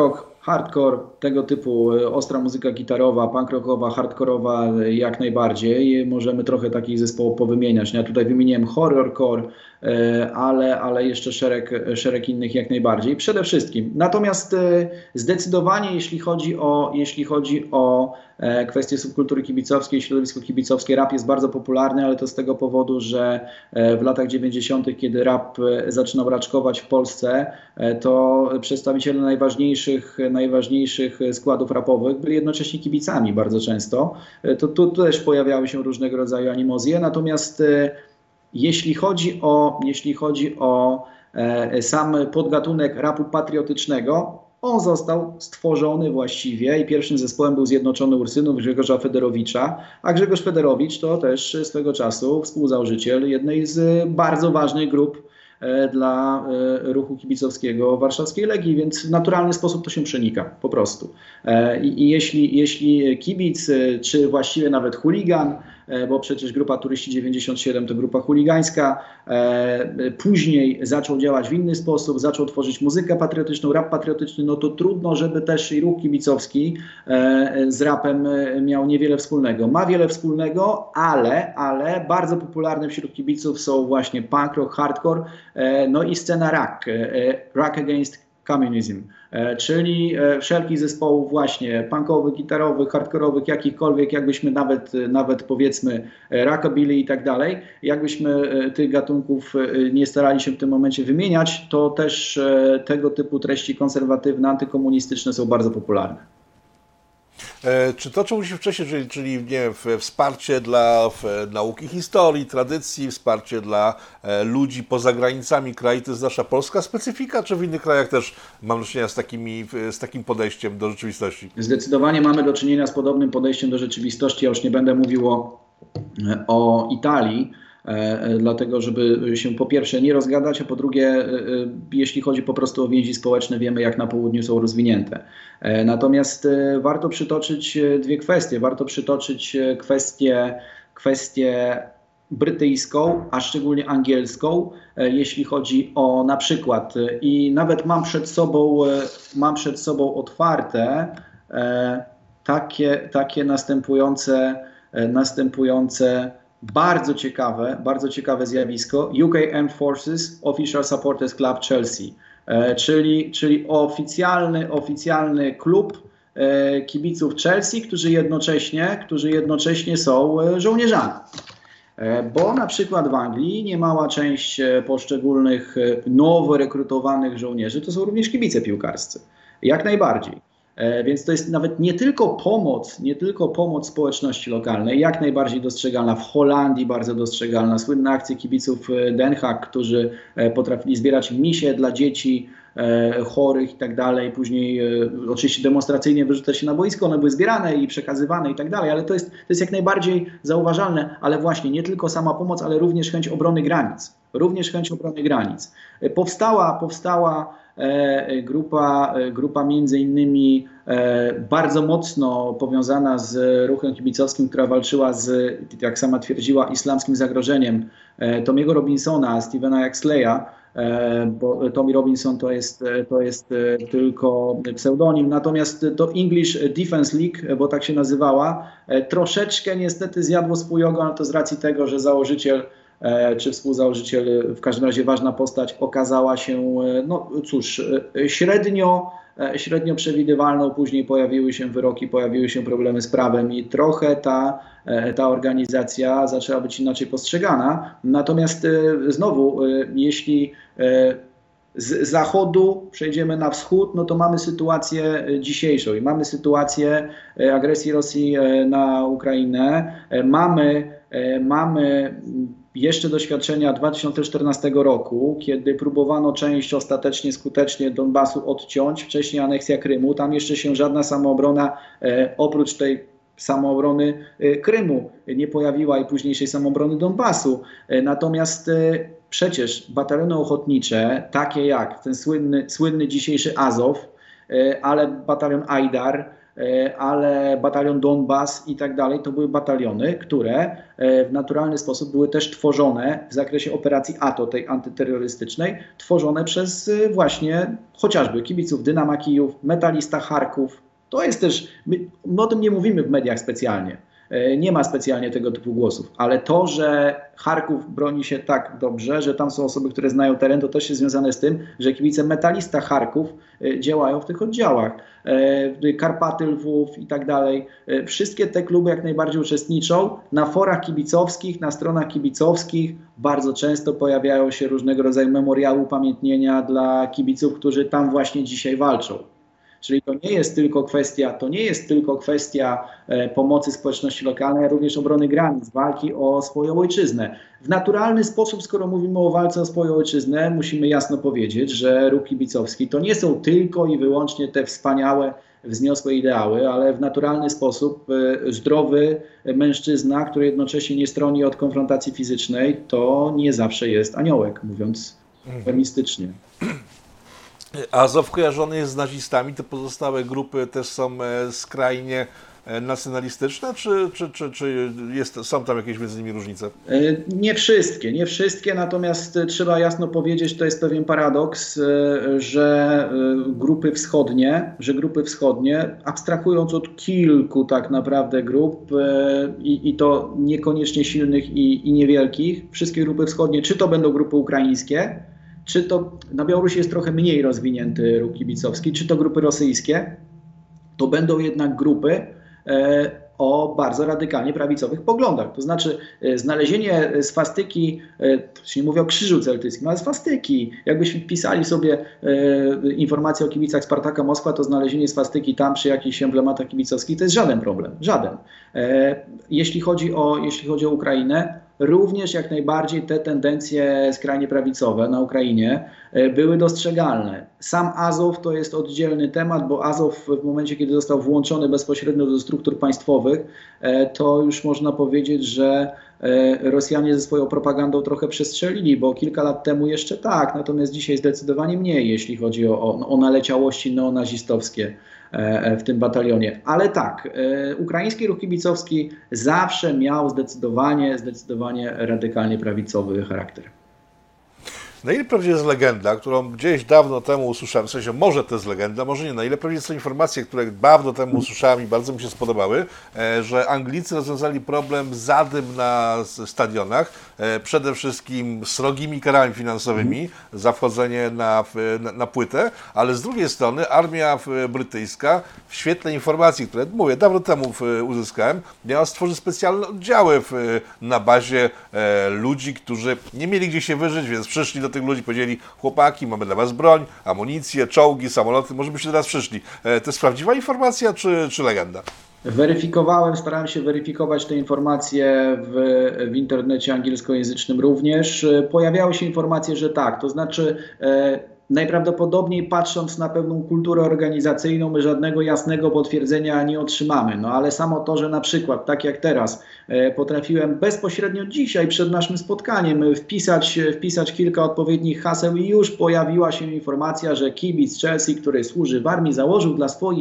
hardcore, tego typu ostra muzyka gitarowa, punk rockowa, hardkorowa jak najbardziej. Możemy trochę takich zespołów powymieniać. Ja tutaj wymieniłem horrorcore, ale jeszcze szereg innych jak najbardziej. Przede wszystkim. Natomiast zdecydowanie jeśli chodzi o kwestie subkultury kibicowskiej, środowisko kibicowskie, rap jest bardzo popularny, ale to z tego powodu, że w latach 90., kiedy rap zaczynał raczkować w Polsce, to przedstawiciele najważniejszych składów rapowych byli jednocześnie kibicami bardzo często. Tu też pojawiały się różnego rodzaju animozje, natomiast jeśli chodzi o sam podgatunek rapu patriotycznego, on został stworzony właściwie i pierwszym zespołem był Zjednoczony Ursynów Grzegorza Federowicza, a Grzegorz Federowicz to też swego czasu współzałożyciel jednej z bardzo ważnych grup dla ruchu kibicowskiego warszawskiej Legii, więc w naturalny sposób to się przenika po prostu. I jeśli kibic, czy właściwie nawet chuligan, bo przecież grupa Turyści 97 to grupa chuligańska, później zaczął działać w inny sposób, zaczął tworzyć muzykę patriotyczną, rap patriotyczny, no to trudno, żeby też i ruch kibicowski z rapem miał niewiele wspólnego. Ma wiele wspólnego, ale bardzo popularne wśród kibiców są właśnie punk rock, hardcore, no i scena rock against communism, czyli wszelkich zespołów właśnie punkowych, gitarowych, hardkorowych, jakichkolwiek, jakbyśmy nawet powiedzmy rockabilly i tak dalej, jakbyśmy tych gatunków nie starali się w tym momencie wymieniać, to też tego typu treści konserwatywne, antykomunistyczne są bardzo popularne. Czy to, co mówiliśmy wcześniej, czyli nie wiem, wsparcie dla nauki historii, tradycji, wsparcie dla ludzi poza granicami kraju, to jest nasza polska specyfika, czy w innych krajach też mamy do czynienia z takim podejściem do rzeczywistości? Zdecydowanie mamy do czynienia z podobnym podejściem do rzeczywistości. Ja już nie będę mówił o Italii, dlatego żeby się po pierwsze nie rozgadać, a po drugie, jeśli chodzi po prostu o więzi społeczne, wiemy jak na południu są rozwinięte. Natomiast warto przytoczyć dwie kwestie. Warto przytoczyć kwestię brytyjską, a szczególnie angielską, jeśli chodzi o na przykład, i nawet mam przed sobą otwarte takie następujące bardzo ciekawe zjawisko. UK Armed Forces Official Supporters Club Chelsea, czyli oficjalny klub kibiców Chelsea, którzy jednocześnie są żołnierzami. Bo na przykład w Anglii niemała część poszczególnych nowo rekrutowanych żołnierzy to są również kibice piłkarscy. Jak najbardziej. Więc to jest nawet nie tylko pomoc społeczności lokalnej, jak najbardziej dostrzegalna. W Holandii bardzo dostrzegalna. Słynne akcje kibiców Den Haag, którzy potrafili zbierać misie dla dzieci chorych i tak dalej. Później oczywiście demonstracyjnie wyrzucać się na boisko, one były zbierane i przekazywane i tak dalej, ale to jest jak najbardziej zauważalne, ale właśnie nie tylko sama pomoc, ale również chęć obrony granic. Powstała grupa między innymi bardzo mocno powiązana z ruchem kibicowskim, która walczyła z, jak sama twierdziła, islamskim zagrożeniem Tommy'ego Robinsona, Stevena Yaxleya, bo Tommy Robinson to jest tylko pseudonim, natomiast to English Defence League, bo tak się nazywała, troszeczkę niestety zjadło swój ogon, ale to z racji tego, że założyciel czy współzałożyciel, w każdym razie ważna postać, okazała się, no cóż, średnio przewidywalną. Później pojawiły się wyroki, pojawiły się problemy z prawem i trochę ta organizacja zaczęła być inaczej postrzegana. Natomiast znowu, jeśli z zachodu przejdziemy na wschód, no to mamy sytuację dzisiejszą i mamy sytuację agresji Rosji na Ukrainę. Mamy jeszcze doświadczenia 2014 roku, kiedy próbowano część ostatecznie, skutecznie Donbasu odciąć, wcześniej aneksja Krymu. Tam jeszcze się żadna samoobrona oprócz tej samoobrony Krymu nie pojawiła i późniejszej samoobrony Donbasu. Natomiast przecież bataliony ochotnicze, takie jak ten słynny dzisiejszy Azow, ale batalion Ajdar, ale batalion Donbas i tak dalej, to były bataliony, które w naturalny sposób były też tworzone w zakresie operacji ATO, tej antyterrorystycznej, tworzone przez właśnie chociażby kibiców Dynama Kijów, Metalista Charków. To jest też, my o tym nie mówimy w mediach specjalnie. Nie ma specjalnie tego typu głosów, ale to, że Charków broni się tak dobrze, że tam są osoby, które znają teren, to też jest związane z tym, że kibice Metalista Charków działają w tych oddziałach. Karpaty Lwów i tak dalej. Wszystkie te kluby jak najbardziej uczestniczą. Na forach kibicowskich, na stronach kibicowskich bardzo często pojawiają się różnego rodzaju memoriały upamiętnienia dla kibiców, którzy tam właśnie dzisiaj walczą. Czyli to nie jest tylko kwestia pomocy społeczności lokalnej, a również obrony granic, walki o swoją ojczyznę. W naturalny sposób, skoro mówimy o walce o swoją ojczyznę, musimy jasno powiedzieć, że ruch kibicowski to nie są tylko i wyłącznie te wspaniałe, wzniosłe ideały, ale w naturalny sposób zdrowy mężczyzna, który jednocześnie nie stroni od konfrontacji fizycznej, to nie zawsze jest aniołek, mówiąc eufemistycznie. Azow kojarzony jest z nazistami, te pozostałe grupy też są skrajnie nacjonalistyczne, czy są tam jakieś między nimi różnice? Nie wszystkie, natomiast trzeba jasno powiedzieć, to jest pewien paradoks, że grupy wschodnie, abstrahując od kilku tak naprawdę grup i to niekoniecznie silnych i niewielkich, wszystkie grupy wschodnie, czy to będą grupy ukraińskie, czy to na Białorusi jest trochę mniej rozwinięty ruch kibicowski, czy to grupy rosyjskie, to będą jednak grupy o bardzo radykalnie prawicowych poglądach. To znaczy znalezienie swastyki, to się nie mówi o krzyżu celtyckim, ale swastyki. Jakbyśmy wpisali sobie informacje o kibicach Spartaka Moskwa, to znalezienie swastyki tam przy jakichś emblematach kibicowskich to jest żaden problem. Żaden. Jeśli chodzi o Ukrainę, również jak najbardziej te tendencje skrajnie prawicowe na Ukrainie były dostrzegalne. Sam Azow to jest oddzielny temat, bo Azow w momencie, kiedy został włączony bezpośrednio do struktur państwowych, to już można powiedzieć, że Rosjanie ze swoją propagandą trochę przestrzelili, bo kilka lat temu jeszcze tak, natomiast dzisiaj zdecydowanie mniej, jeśli chodzi o naleciałości neonazistowskie w tym batalionie. Ale tak, ukraiński ruch kibicowski zawsze miał zdecydowanie radykalnie prawicowy charakter. Na ile prawdziwa jest legenda, którą gdzieś dawno temu usłyszałem, w sensie może to jest legenda, może nie, na ile prawdziwe są informacje, które dawno temu usłyszałem i bardzo mi się spodobały, że Anglicy rozwiązali problem zadym na stadionach, przede wszystkim srogimi karami finansowymi za wchodzenie na płytę, ale z drugiej strony armia brytyjska w świetle informacji, które mówię, dawno temu uzyskałem, miała stworzyć specjalne oddziały na bazie ludzi, którzy nie mieli gdzie się wyżyć, więc przyszli do tych ludzi, powiedzieli: chłopaki, mamy dla was broń, amunicję, czołgi, samoloty, może byście do nas przyszli. To jest prawdziwa informacja, czy legenda? Starałem się weryfikować te informacje w internecie angielskojęzycznym również. Pojawiały się informacje, że tak, to znaczy najprawdopodobniej patrząc na pewną kulturę organizacyjną, my żadnego jasnego potwierdzenia nie otrzymamy. No ale samo to, że na przykład, tak jak teraz, potrafiłem bezpośrednio dzisiaj przed naszym spotkaniem wpisać kilka odpowiednich haseł i już pojawiła się informacja, że kibic Chelsea, który służy w armii, założył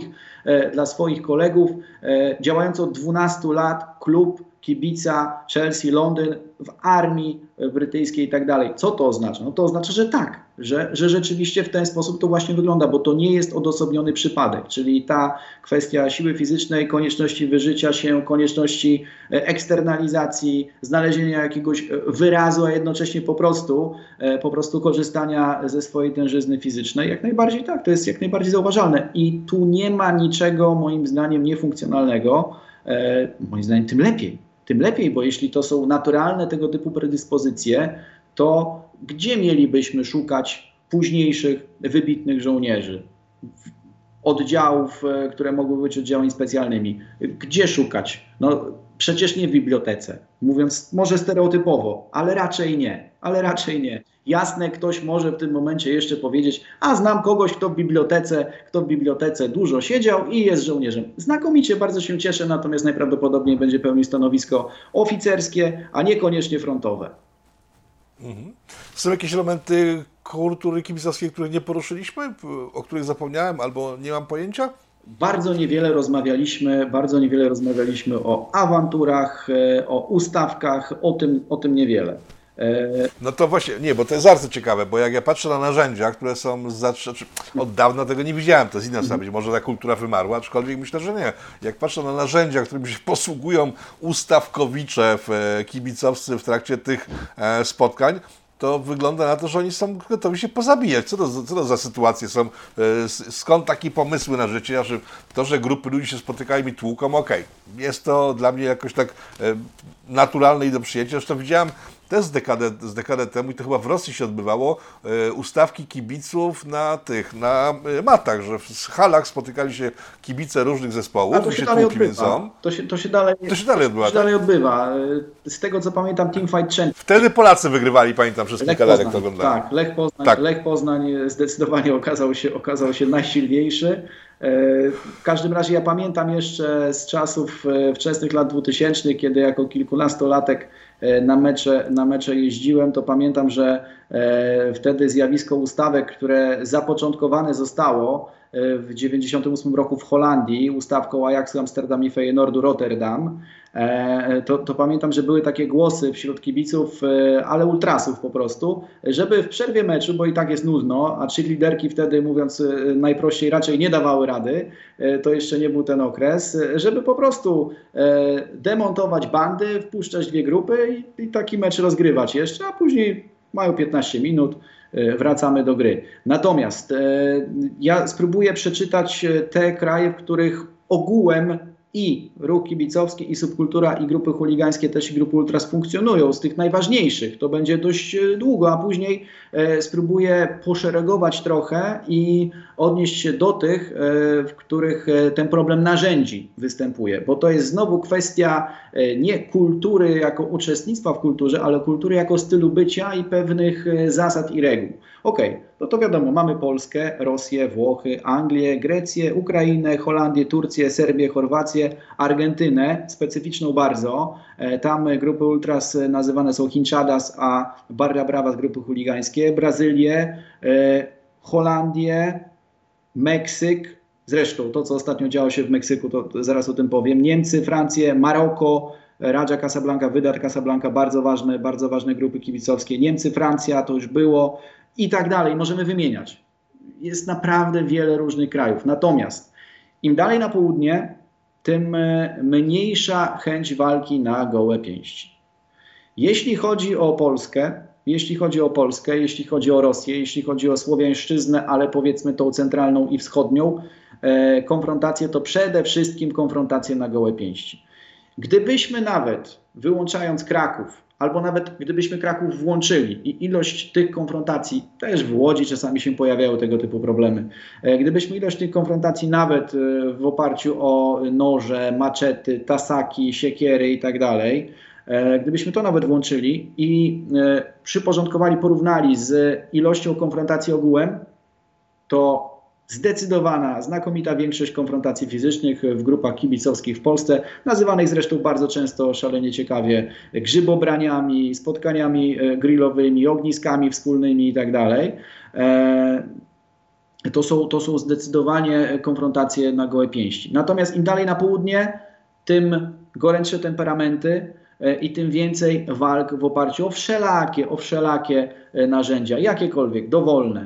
dla swoich kolegów działający od 12 lat klub kibica Chelsea Londyn w armii brytyjskiej i tak dalej. Co to oznacza? No to oznacza, że tak, że rzeczywiście w ten sposób to właśnie wygląda, bo to nie jest odosobniony przypadek, czyli ta kwestia siły fizycznej, konieczności wyżycia się, konieczności eksternalizacji, znalezienia jakiegoś wyrazu, a jednocześnie po prostu korzystania ze swojej tężyzny fizycznej. Jak najbardziej tak, to jest jak najbardziej zauważalne i tu nie ma niczego moim zdaniem niefunkcjonalnego, moim zdaniem tym lepiej, bo jeśli to są naturalne tego typu predyspozycje, to gdzie mielibyśmy szukać późniejszych, wybitnych żołnierzy? Oddziałów, które mogły być oddziałami specjalnymi. Gdzie szukać? No przecież nie w bibliotece. Mówiąc może stereotypowo, ale raczej nie. Jasne, ktoś może w tym momencie jeszcze powiedzieć: a znam kogoś, kto w bibliotece dużo siedział i jest żołnierzem. Znakomicie, bardzo się cieszę, natomiast najprawdopodobniej będzie pełnił stanowisko oficerskie, a niekoniecznie frontowe. Są jakieś elementy kultury kibicowskiej, których nie poruszyliśmy, o których zapomniałem albo nie mam pojęcia? Bardzo niewiele rozmawialiśmy o awanturach, o ustawkach, o tym niewiele. No to właśnie, nie, bo to jest bardzo ciekawe, bo jak ja patrzę na narzędzia, które są od dawna tego nie widziałem, to jest inna sprawa, być może ta kultura wymarła, aczkolwiek myślę, że nie. Jak patrzę na narzędzia, którymi się posługują ustawkowicze, kibicowscy w trakcie tych spotkań, to wygląda na to, że oni są gotowi się pozabijać. Co to za sytuacje są? Skąd takie pomysły na życie? Że to, że grupy ludzi się spotykają i tłuką, okej. Jest to dla mnie jakoś tak naturalne i do przyjęcia. Zresztą widziałem też z dekadę temu, i to chyba w Rosji się odbywało, ustawki kibiców na matach, że w halach spotykali się kibice różnych zespołów. A to się dalej odbywa. To się dalej odbywa. Z tego co pamiętam, Teamfight Champions. Wtedy Polacy wygrywali, pamiętam, przez kilka lat, jak to oglądałem. Tak, Lech Poznań zdecydowanie okazał się najsilniejszy. W każdym razie ja pamiętam jeszcze z czasów wczesnych lat 2000, kiedy jako kilkunastolatek na mecze jeździłem, to pamiętam, że wtedy zjawisko ustawek, które zapoczątkowane zostało w 1998 roku w Holandii, ustawką Ajaxu Amsterdam i Feyenoordu Rotterdam, to pamiętam, że były takie głosy wśród kibiców, ale ultrasów po prostu, żeby w przerwie meczu, bo i tak jest nudno, a cheerleaderki wtedy, mówiąc najprościej, raczej nie dawały rady, to jeszcze nie był ten okres, żeby po prostu demontować bandy, wpuszczać dwie grupy i taki mecz rozgrywać jeszcze, a później mają 15 minut, wracamy do gry. Natomiast ja spróbuję przeczytać te kraje, w których ogółem i ruch kibicowski, i subkultura, i grupy chuligańskie, też i grupy ultras funkcjonują. Z tych najważniejszych to będzie dość długo, a później spróbuję poszeregować trochę i odnieść się do tych, w których ten problem narzędzi występuje. Bo to jest znowu kwestia nie kultury jako uczestnictwa w kulturze, ale kultury jako stylu bycia i pewnych zasad i reguł. Okej, no to wiadomo, mamy Polskę, Rosję, Włochy, Anglię, Grecję, Ukrainę, Holandię, Turcję, Serbię, Chorwację, Argentynę, specyficzną bardzo. Tam grupy ultras nazywane są Hinchadas, a Barra Bravas grupy chuligańskie. Brazylię, Holandię, Meksyk. Zresztą to, co ostatnio działo się w Meksyku, to zaraz o tym powiem. Niemcy, Francję, Maroko, Raja Casablanca, Wydad Casablanca, bardzo ważne grupy kibicowskie. Niemcy, Francja, to już było i tak dalej. Możemy wymieniać. Jest naprawdę wiele różnych krajów. Natomiast im dalej na południe, tym mniejsza chęć walki na gołe pięści. Jeśli chodzi o Polskę, jeśli chodzi o Rosję, jeśli chodzi o Słowiańszczyznę, ale powiedzmy tą centralną i wschodnią konfrontację, to przede wszystkim konfrontację na gołe pięści. Gdybyśmy nawet, wyłączając Kraków, albo nawet gdybyśmy Kraków włączyli i ilość tych konfrontacji, też w Łodzi czasami się pojawiają tego typu problemy, gdybyśmy ilość tych konfrontacji nawet w oparciu o noże, maczety, tasaki, siekiery i tak dalej, gdybyśmy to nawet włączyli i przyporządkowali, porównali z ilością konfrontacji ogółem, to zdecydowana, znakomita większość konfrontacji fizycznych w grupach kibicowskich w Polsce, nazywanych zresztą bardzo często szalenie ciekawie grzybobraniami, spotkaniami grillowymi, ogniskami wspólnymi i tak dalej. To są zdecydowanie konfrontacje na gołe pięści. Natomiast im dalej na południe, tym gorętsze temperamenty i tym więcej walk w oparciu o wszelakie narzędzia, jakiekolwiek, dowolne.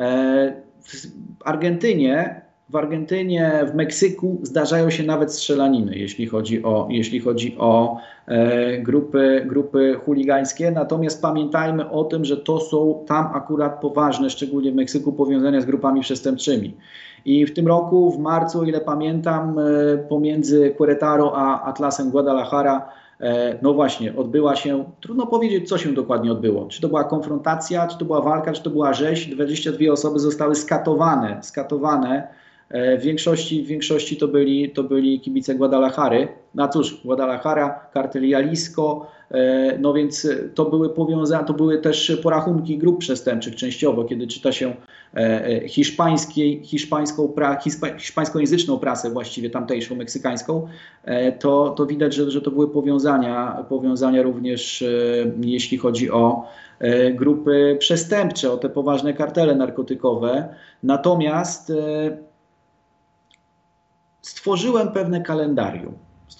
W Argentynie, w Meksyku zdarzają się nawet strzelaniny, jeśli chodzi o grupy chuligańskie. Natomiast pamiętajmy o tym, że to są tam akurat poważne, szczególnie w Meksyku, powiązania z grupami przestępczymi. I w tym roku, w marcu, o ile pamiętam, pomiędzy Querétaro a Atlasem Guadalajara, no właśnie, odbyła się, trudno powiedzieć, co się dokładnie odbyło. Czy to była konfrontacja, czy to była walka, czy to była rzeź. 22 osoby zostały skatowane. W większości to byli kibice Guadalajary. No cóż, Guadalajara, kartel Jalisco, no więc to były też porachunki grup przestępczych częściowo, kiedy czyta się hiszpańskojęzyczną prasę, właściwie tamtejszą, meksykańską, to widać, że to były powiązania również jeśli chodzi o grupy przestępcze, o te poważne kartele narkotykowe. Natomiast stworzyłem pewne kalendarium.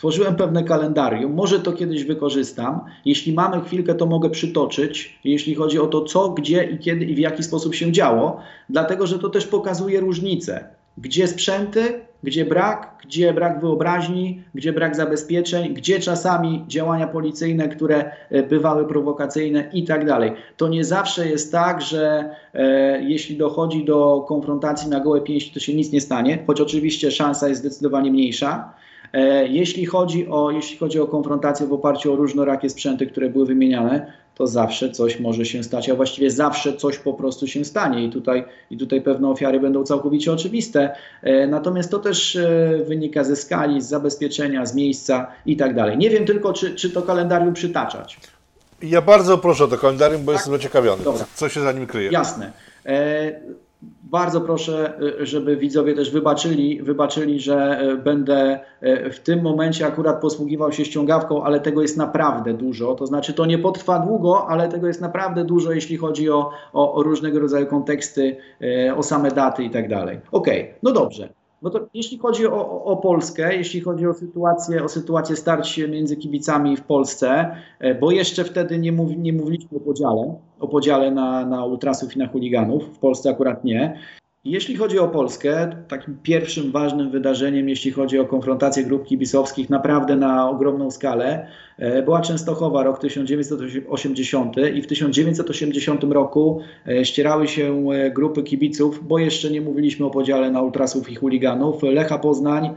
Może to kiedyś wykorzystam. Jeśli mamy chwilkę, to mogę przytoczyć, jeśli chodzi o to, co, gdzie i kiedy i w jaki sposób się działo, dlatego że to też pokazuje różnice. Gdzie sprzęty, gdzie brak wyobraźni, gdzie brak zabezpieczeń, gdzie czasami działania policyjne, które bywały prowokacyjne i tak dalej. To nie zawsze jest tak, że jeśli dochodzi do konfrontacji na gołe pięści, to się nic nie stanie, choć oczywiście szansa jest zdecydowanie mniejsza. Jeśli chodzi o konfrontację w oparciu o różnorakie sprzęty, które były wymieniane, to zawsze coś może się stać, a właściwie zawsze coś po prostu się stanie i tutaj pewne ofiary będą całkowicie oczywiste. Natomiast to też wynika ze skali, z zabezpieczenia, z miejsca i tak dalej. Nie wiem tylko, czy to kalendarium przytaczać. Ja bardzo proszę o to kalendarium, bo jestem zaciekawiony. Dobra. Co się za nim kryje? Jasne. Bardzo proszę, żeby widzowie też wybaczyli, że będę w tym momencie akurat posługiwał się ściągawką, ale tego jest naprawdę dużo. To znaczy to nie potrwa długo, ale tego jest naprawdę dużo, jeśli chodzi o różnego rodzaju konteksty, o same daty i tak dalej. Okej, no dobrze. No to jeśli chodzi o Polskę, jeśli chodzi o sytuację starć między kibicami w Polsce, bo jeszcze wtedy nie mówiliśmy o podziale na ultrasów i na chuliganów, w Polsce akurat nie. Jeśli chodzi o Polskę, takim pierwszym ważnym wydarzeniem, jeśli chodzi o konfrontację grup kibicowskich naprawdę na ogromną skalę, była Częstochowa, rok 1980 i w 1980 roku ścierały się grupy kibiców, bo jeszcze nie mówiliśmy o podziale na ultrasów i chuliganów, Lecha Poznań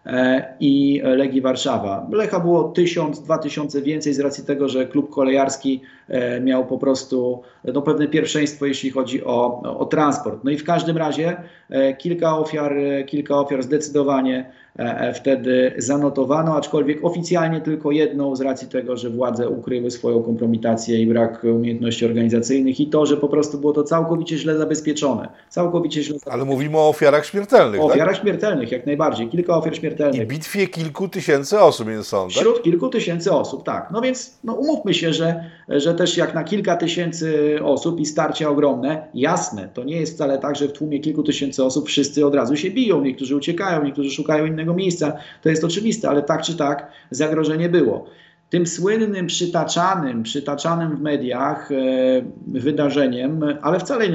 i Legii Warszawa. Lecha było 1000-2000 więcej z racji tego, że klub kolejarski miał po prostu pewne pierwszeństwo, jeśli chodzi o transport. No i w każdym razie kilka ofiar zdecydowanie wtedy zanotowano, aczkolwiek oficjalnie tylko jedną z racji tego, że władze ukryły swoją kompromitację i brak umiejętności organizacyjnych i to, że po prostu było to całkowicie źle zabezpieczone. Ale mówimy o ofiarach śmiertelnych, o ofiarach śmiertelnych, jak najbardziej. Kilka ofiar śmiertelnych. I bitwie kilku tysięcy osób między sobą, tak? Wśród kilku tysięcy osób, tak. No więc umówmy się, że też jak na kilka tysięcy osób i starcia ogromne, jasne, to nie jest wcale tak, że w tłumie kilku tysięcy osób wszyscy od razu się biją, niektórzy uciekają, niektórzy szukają innego miejsca, to jest oczywiste, ale tak czy tak zagrożenie było. Tym słynnym, przytaczanym w mediach wydarzeniem, ale wcale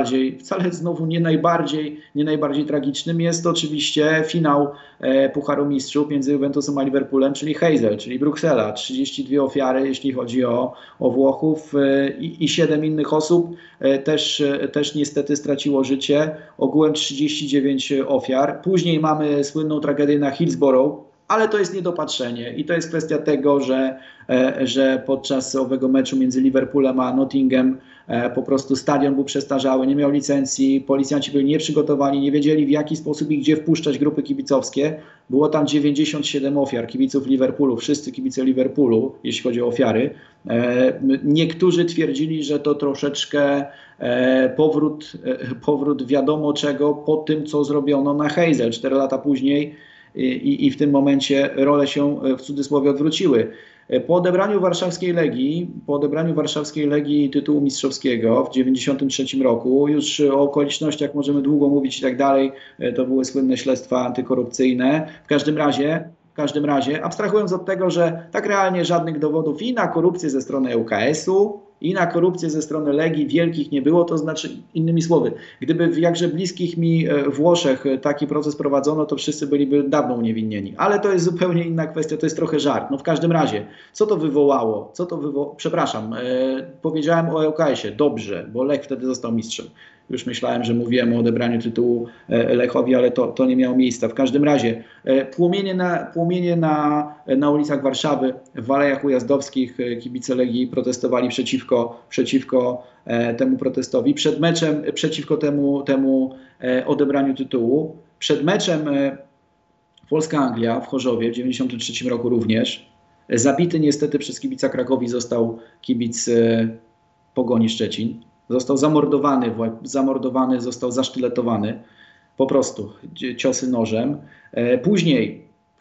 nie najbardziej tragicznym jest oczywiście finał Pucharu Mistrzów między Juventusem a Liverpoolem, czyli Heysel, czyli Bruksela. 32 ofiary, jeśli chodzi o Włochów i 7 innych osób też niestety straciło życie. Ogółem 39 ofiar. Później mamy słynną tragedię na Hillsborough, ale to jest niedopatrzenie i to jest kwestia tego, że podczas owego meczu między Liverpoolem a Nottingham po prostu stadion był przestarzały, nie miał licencji, policjanci byli nieprzygotowani, nie wiedzieli w jaki sposób i gdzie wpuszczać grupy kibicowskie. Było tam 97 ofiar kibiców Liverpoolu, wszyscy kibice Liverpoolu, jeśli chodzi o ofiary. Niektórzy twierdzili, że to troszeczkę powrót wiadomo czego po tym, co zrobiono na Heysel 4 lata później. I w tym momencie role się w cudzysłowie odwróciły. Po odebraniu warszawskiej Legii tytułu mistrzowskiego w 1993 roku, już o okolicznościach możemy długo mówić i tak dalej, to były słynne śledztwa antykorupcyjne. W każdym razie, abstrahując od tego, że tak realnie żadnych dowodów i na korupcję ze strony ŁKS-u, i na korupcję ze strony Legii wielkich nie było, to znaczy, innymi słowy, gdyby w jakże bliskich mi Włoszech taki proces prowadzono, to wszyscy byliby dawno uniewinnieni. Ale to jest zupełnie inna kwestia, to jest trochę żart. No w każdym razie, co to wywołało? Przepraszam, powiedziałem o ŁKS-ie, dobrze, bo Lech wtedy został mistrzem. Już myślałem, że mówiłem o odebraniu tytułu Lechowi, ale to nie miało miejsca. W każdym razie płomienie na ulicach Warszawy, w Alejach Ujazdowskich kibice Legii protestowali przeciwko temu protestowi. Przed meczem, przeciwko temu odebraniu tytułu. Przed meczem Polska-Anglia w Chorzowie w 1993 roku również. Zabity niestety przez kibica Krakowi został kibic Pogoni Szczecin. Został zamordowany, został zasztyletowany, po prostu ciosy nożem. Później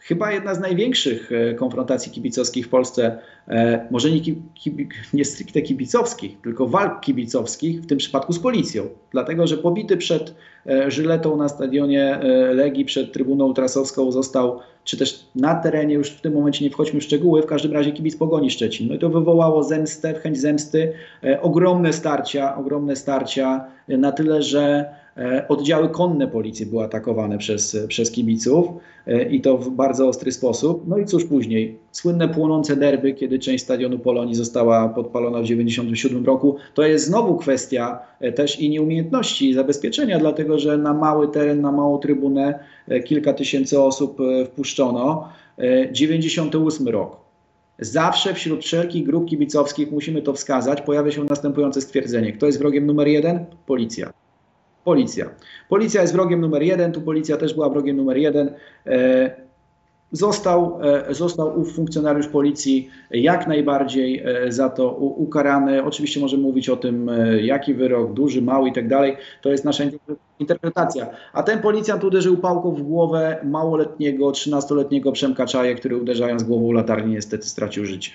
chyba jedna z największych konfrontacji kibicowskich w Polsce, może nie stricte kibicowskich, tylko walk kibicowskich, w tym przypadku z policją. Dlatego, że pobity przed Żyletą na stadionie Legii, przed trybuną ultrasowską został, czy też na terenie, już w tym momencie nie wchodźmy w szczegóły, w każdym razie kibic Pogoni Szczecin. No i to wywołało zemstę, chęć zemsty, ogromne starcia na tyle, że oddziały konne policji były atakowane przez kibiców i to w bardzo ostry sposób. No i cóż później? Słynne płonące derby, kiedy część stadionu Polonii została podpalona w 1997 roku. To jest znowu kwestia też i nieumiejętności zabezpieczenia, dlatego że na mały teren, na małą trybunę kilka tysięcy osób wpuszczono. 98 rok. Zawsze wśród wszelkich grup kibicowskich, musimy to wskazać, pojawia się następujące stwierdzenie. Kto jest wrogiem numer 1? Policja. Policja jest wrogiem numer 1, tu policja też była wrogiem numer 1. Został ów funkcjonariusz policji jak najbardziej za to ukarany. Oczywiście możemy mówić o tym, jaki wyrok, duży, mały i tak dalej. To jest nasza interpretacja. A ten policjant uderzył pałką w głowę małoletniego, 13-letniego Przemka Czaję, który uderzając głową w latarnię niestety stracił życie.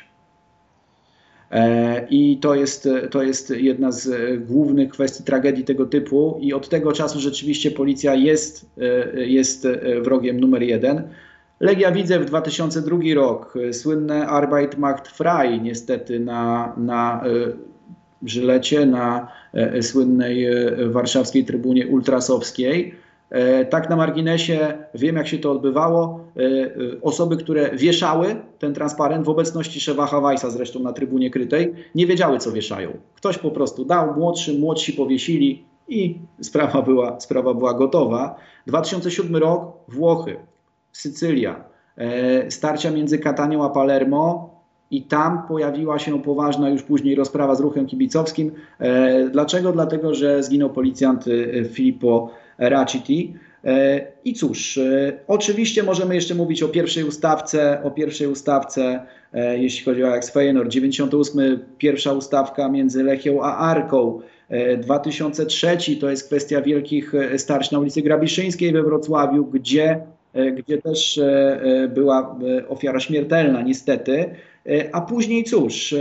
I to jest jedna z głównych kwestii tragedii tego typu i od tego czasu rzeczywiście policja jest wrogiem numer 1. Legia Widzew 2002 rok, słynne Arbeit macht frei niestety na Żylecie, na słynnej warszawskiej trybunie ultrasowskiej. Tak na marginesie, wiem jak się to odbywało. Osoby, które wieszały ten transparent w obecności szefa Hawajsa zresztą na trybunie krytej, nie wiedziały co wieszają. Ktoś po prostu dał, młodsi powiesili i sprawa była gotowa. 2007 rok, Włochy, Sycylia, starcia między Catanią a Palermo i tam pojawiła się poważna już później rozprawa z ruchem kibicowskim. Dlaczego? Dlatego, że zginął policjant Filippo Raciti. I cóż, oczywiście możemy jeszcze mówić o pierwszej ustawce, jeśli chodzi o Ajax Feyenoord, 98, pierwsza ustawka między Lechią a Arką, 2003 to jest kwestia wielkich starć na ulicy Grabiszyńskiej we Wrocławiu, gdzie też była ofiara śmiertelna niestety, a później cóż,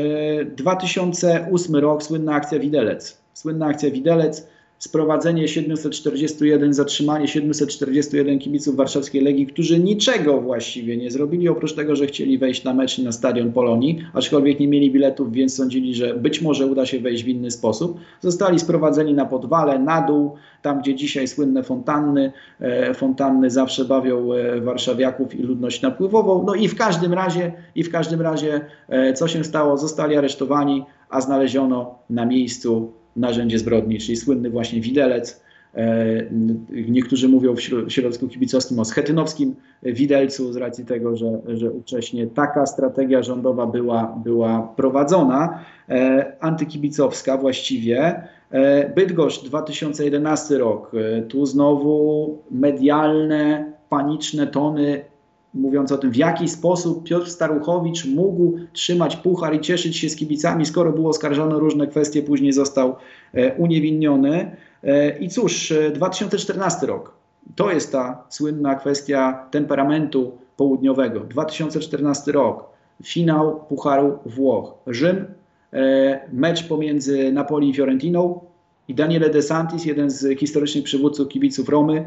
2008 rok, słynna akcja Widelec, sprowadzenie 741, zatrzymanie 741 kibiców warszawskiej Legii, którzy niczego właściwie nie zrobili, oprócz tego, że chcieli wejść na mecz na stadion Polonii, aczkolwiek nie mieli biletów, więc sądzili, że być może uda się wejść w inny sposób. Zostali sprowadzeni na podwale, na dół, tam gdzie dzisiaj słynne fontanny zawsze bawią warszawiaków i ludność napływową. No i w każdym razie co się stało? Zostali aresztowani, a znaleziono na miejscu narzędzie zbrodni, czyli słynny właśnie widelec. Niektórzy mówią w środowisku kibicowskim o schetynowskim widelcu z racji tego, że ówcześnie taka strategia rządowa była prowadzona, antykibicowska właściwie. Bydgoszcz 2011 rok, tu znowu medialne, paniczne tony mówiąc o tym, w jaki sposób Piotr Staruchowicz mógł trzymać puchar i cieszyć się z kibicami, skoro było oskarżone o różne kwestie, później został uniewinniony. I cóż, 2014 rok, to jest ta słynna kwestia temperamentu południowego. 2014 rok, finał Pucharu Włoch. Rzym, mecz pomiędzy Napoli i Fiorentiną i Daniele De Santis, jeden z historycznych przywódców kibiców Romy,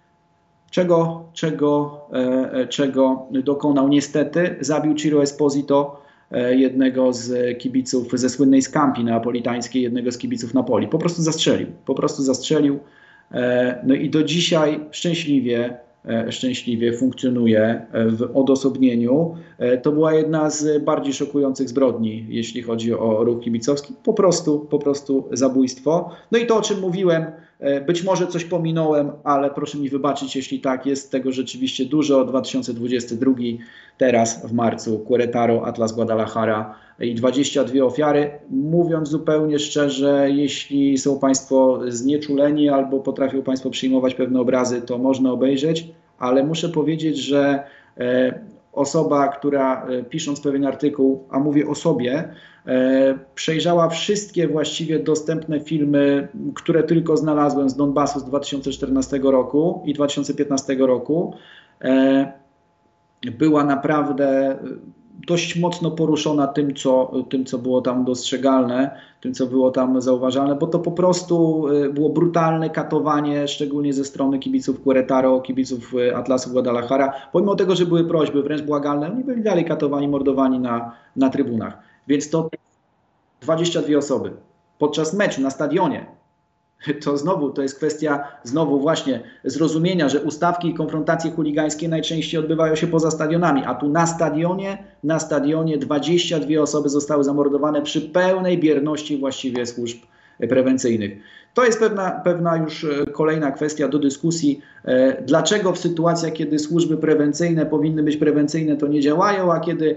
czego dokonał niestety. Zabił Ciro Esposito, jednego z kibiców ze słynnej Scampi neapolitańskiej, jednego z kibiców Napoli. Po prostu zastrzelił. No i do dzisiaj szczęśliwie funkcjonuje w odosobnieniu. To była jedna z bardziej szokujących zbrodni, jeśli chodzi o ruch kibicowski. Po prostu zabójstwo. No i to, o czym mówiłem, być może coś pominąłem, ale proszę mi wybaczyć, jeśli tak, jest tego rzeczywiście dużo. 2022, teraz w marcu, Querétaro, Atlas Guadalajara i 22 ofiary. Mówiąc zupełnie szczerze, jeśli są Państwo znieczuleni albo potrafią Państwo przyjmować pewne obrazy, to można obejrzeć, ale muszę powiedzieć, że osoba, która pisząc pewien artykuł, a mówię o sobie, przejrzała wszystkie właściwie dostępne filmy, które tylko znalazłem z Donbasu z 2014 roku i 2015 roku. była naprawdę dość mocno poruszona tym, co było tam dostrzegalne, tym, co było tam zauważalne, bo to po prostu było brutalne katowanie, szczególnie ze strony kibiców Querétaro, kibiców Atlasu Guadalajara. Pomimo tego, że były prośby wręcz błagalne, oni byli dalej katowani, mordowani na trybunach. Więc to 22 osoby podczas meczu na stadionie. To jest kwestia znowu właśnie zrozumienia, że ustawki i konfrontacje chuligańskie najczęściej odbywają się poza stadionami, a tu na stadionie 22 osoby zostały zamordowane przy pełnej bierności właściwie służb prewencyjnych. To jest pewna już kolejna kwestia do dyskusji. Dlaczego w sytuacjach, kiedy służby prewencyjne powinny być prewencyjne, to nie działają, a kiedy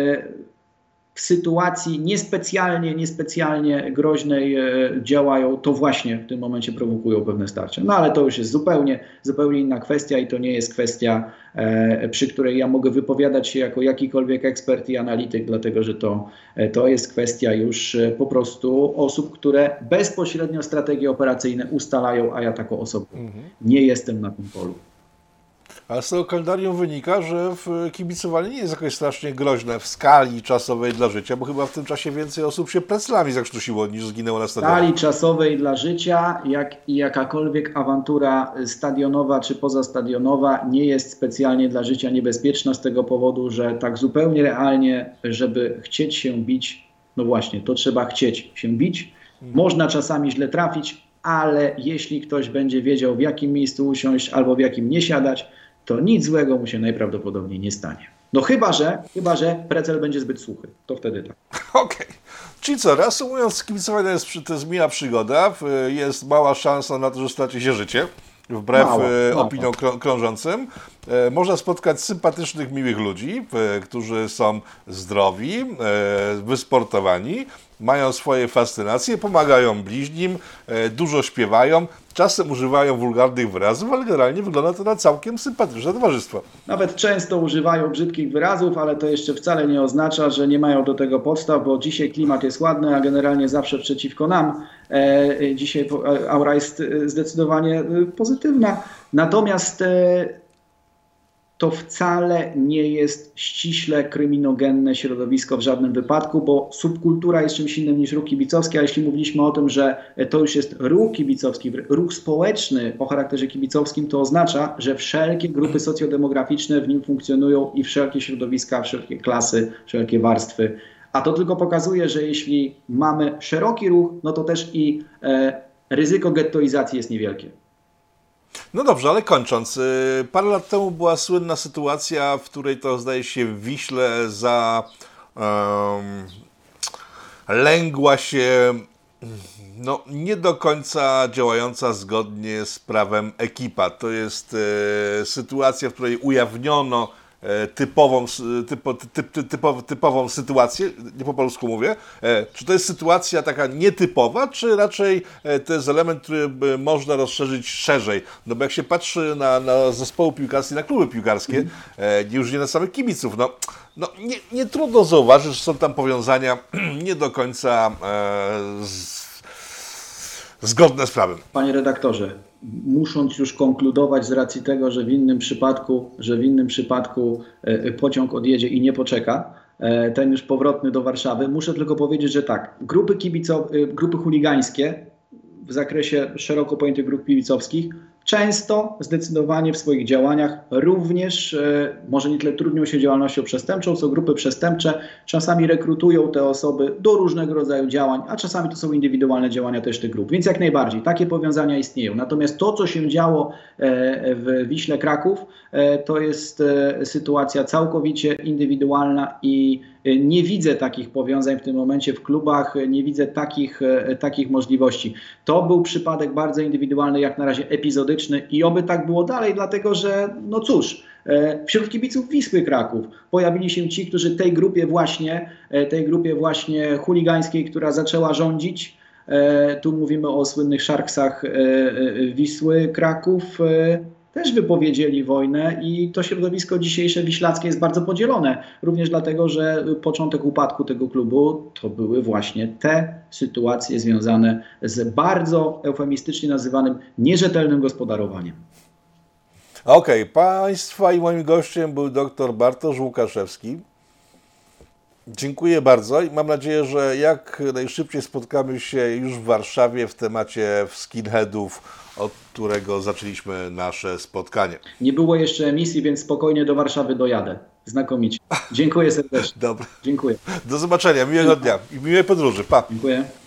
w sytuacji niespecjalnie groźnej działają, to właśnie w tym momencie prowokują pewne starcia. No ale to już jest zupełnie inna kwestia i to nie jest kwestia, przy której ja mogę wypowiadać się jako jakikolwiek ekspert i analityk, dlatego że to jest kwestia już po prostu osób, które bezpośrednio strategie operacyjne ustalają, a ja taką osobą nie jestem na tym polu. Ale z tego kalendarium wynika, że kibicowanie nie jest jakoś strasznie groźne w skali czasowej dla życia, bo chyba w tym czasie więcej osób się preclami zakrztusiło niż zginęło na W stadionie. skali czasowej dla życia, jak i jakakolwiek awantura stadionowa czy pozastadionowa nie jest specjalnie dla życia niebezpieczna z tego powodu, że tak zupełnie realnie, żeby chcieć się bić, no właśnie, to trzeba chcieć się bić. Można czasami źle trafić, ale jeśli ktoś będzie wiedział, w jakim miejscu usiąść albo w jakim nie siadać, to nic złego mu się najprawdopodobniej nie stanie. No chyba, że precel będzie zbyt suchy. To wtedy tak. Okej. Czyli co, reasumując, kibicowanie to jest miła przygoda, jest mała szansa na to, że straci się życie, wbrew opiniom krążącym. Można spotkać sympatycznych, miłych ludzi, którzy są zdrowi, wysportowani, mają swoje fascynacje, pomagają bliźnim, dużo śpiewają, czasem używają wulgarnych wyrazów, ale generalnie wygląda to na całkiem sympatyczne towarzystwo. Nawet często używają brzydkich wyrazów, ale to jeszcze wcale nie oznacza, że nie mają do tego podstaw, bo dzisiaj klimat jest ładny, a generalnie zawsze przeciwko nam. Dzisiaj aura jest zdecydowanie pozytywna. Natomiast to wcale nie jest ściśle kryminogenne środowisko w żadnym wypadku, bo subkultura jest czymś innym niż ruch kibicowski, a jeśli mówiliśmy o tym, że to już jest ruch kibicowski, ruch społeczny o charakterze kibicowskim, to oznacza, że wszelkie grupy socjodemograficzne w nim funkcjonują i wszelkie środowiska, wszelkie klasy, wszelkie warstwy. A to tylko pokazuje, że jeśli mamy szeroki ruch, no to też i ryzyko gettoizacji jest niewielkie. No dobrze, ale kończąc, parę lat temu była słynna sytuacja, w której to zdaje się w Wiśle lęgła się nie do końca działająca zgodnie z prawem ekipa. To jest sytuacja, w której ujawniono typową sytuację, nie po polsku mówię. Czy to jest sytuacja taka nietypowa, czy raczej to jest element, który można rozszerzyć szerzej? No bo jak się patrzy na zespoły piłkarskie, na kluby piłkarskie, już nie na samych kibiców, nie trudno zauważyć, że są tam powiązania nie do końca zgodne z prawem. Panie redaktorze, musząc już konkludować z racji tego, że w innym przypadku pociąg odjedzie i nie poczeka, ten już powrotny do Warszawy, muszę tylko powiedzieć, że tak, grupy chuligańskie w zakresie szeroko pojętych grup kibicowskich często zdecydowanie w swoich działaniach również, może nie tyle trudnią się działalnością przestępczą, co grupy przestępcze czasami rekrutują te osoby do różnego rodzaju działań, a czasami to są indywidualne działania też tych grup. Więc jak najbardziej takie powiązania istnieją. Natomiast to, co się działo w Wiśle Kraków, to jest sytuacja całkowicie indywidualna i nie widzę takich powiązań w tym momencie w klubach, nie widzę takich możliwości. To był przypadek bardzo indywidualny, jak na razie epizodyczny i oby tak było dalej, dlatego że, no cóż, wśród kibiców Wisły Kraków pojawili się ci, którzy tej grupie właśnie chuligańskiej, która zaczęła rządzić, tu mówimy o słynnych Sharksach Wisły Kraków, też wypowiedzieli wojnę i to środowisko dzisiejsze wiślackie jest bardzo podzielone. Również dlatego, że początek upadku tego klubu to były właśnie te sytuacje związane z bardzo eufemistycznie nazywanym nierzetelnym gospodarowaniem. Okej, Państwa i moim gościem był dr Bartosz Łukaszewski. Dziękuję bardzo i mam nadzieję, że jak najszybciej spotkamy się już w Warszawie w temacie skinheadów, od którego zaczęliśmy nasze spotkanie. Nie było jeszcze emisji, więc spokojnie do Warszawy dojadę. Znakomicie. Dziękuję serdecznie. Dobra. Dziękuję. Do zobaczenia, miłego dnia i miłej podróży. Pa. Dziękuję.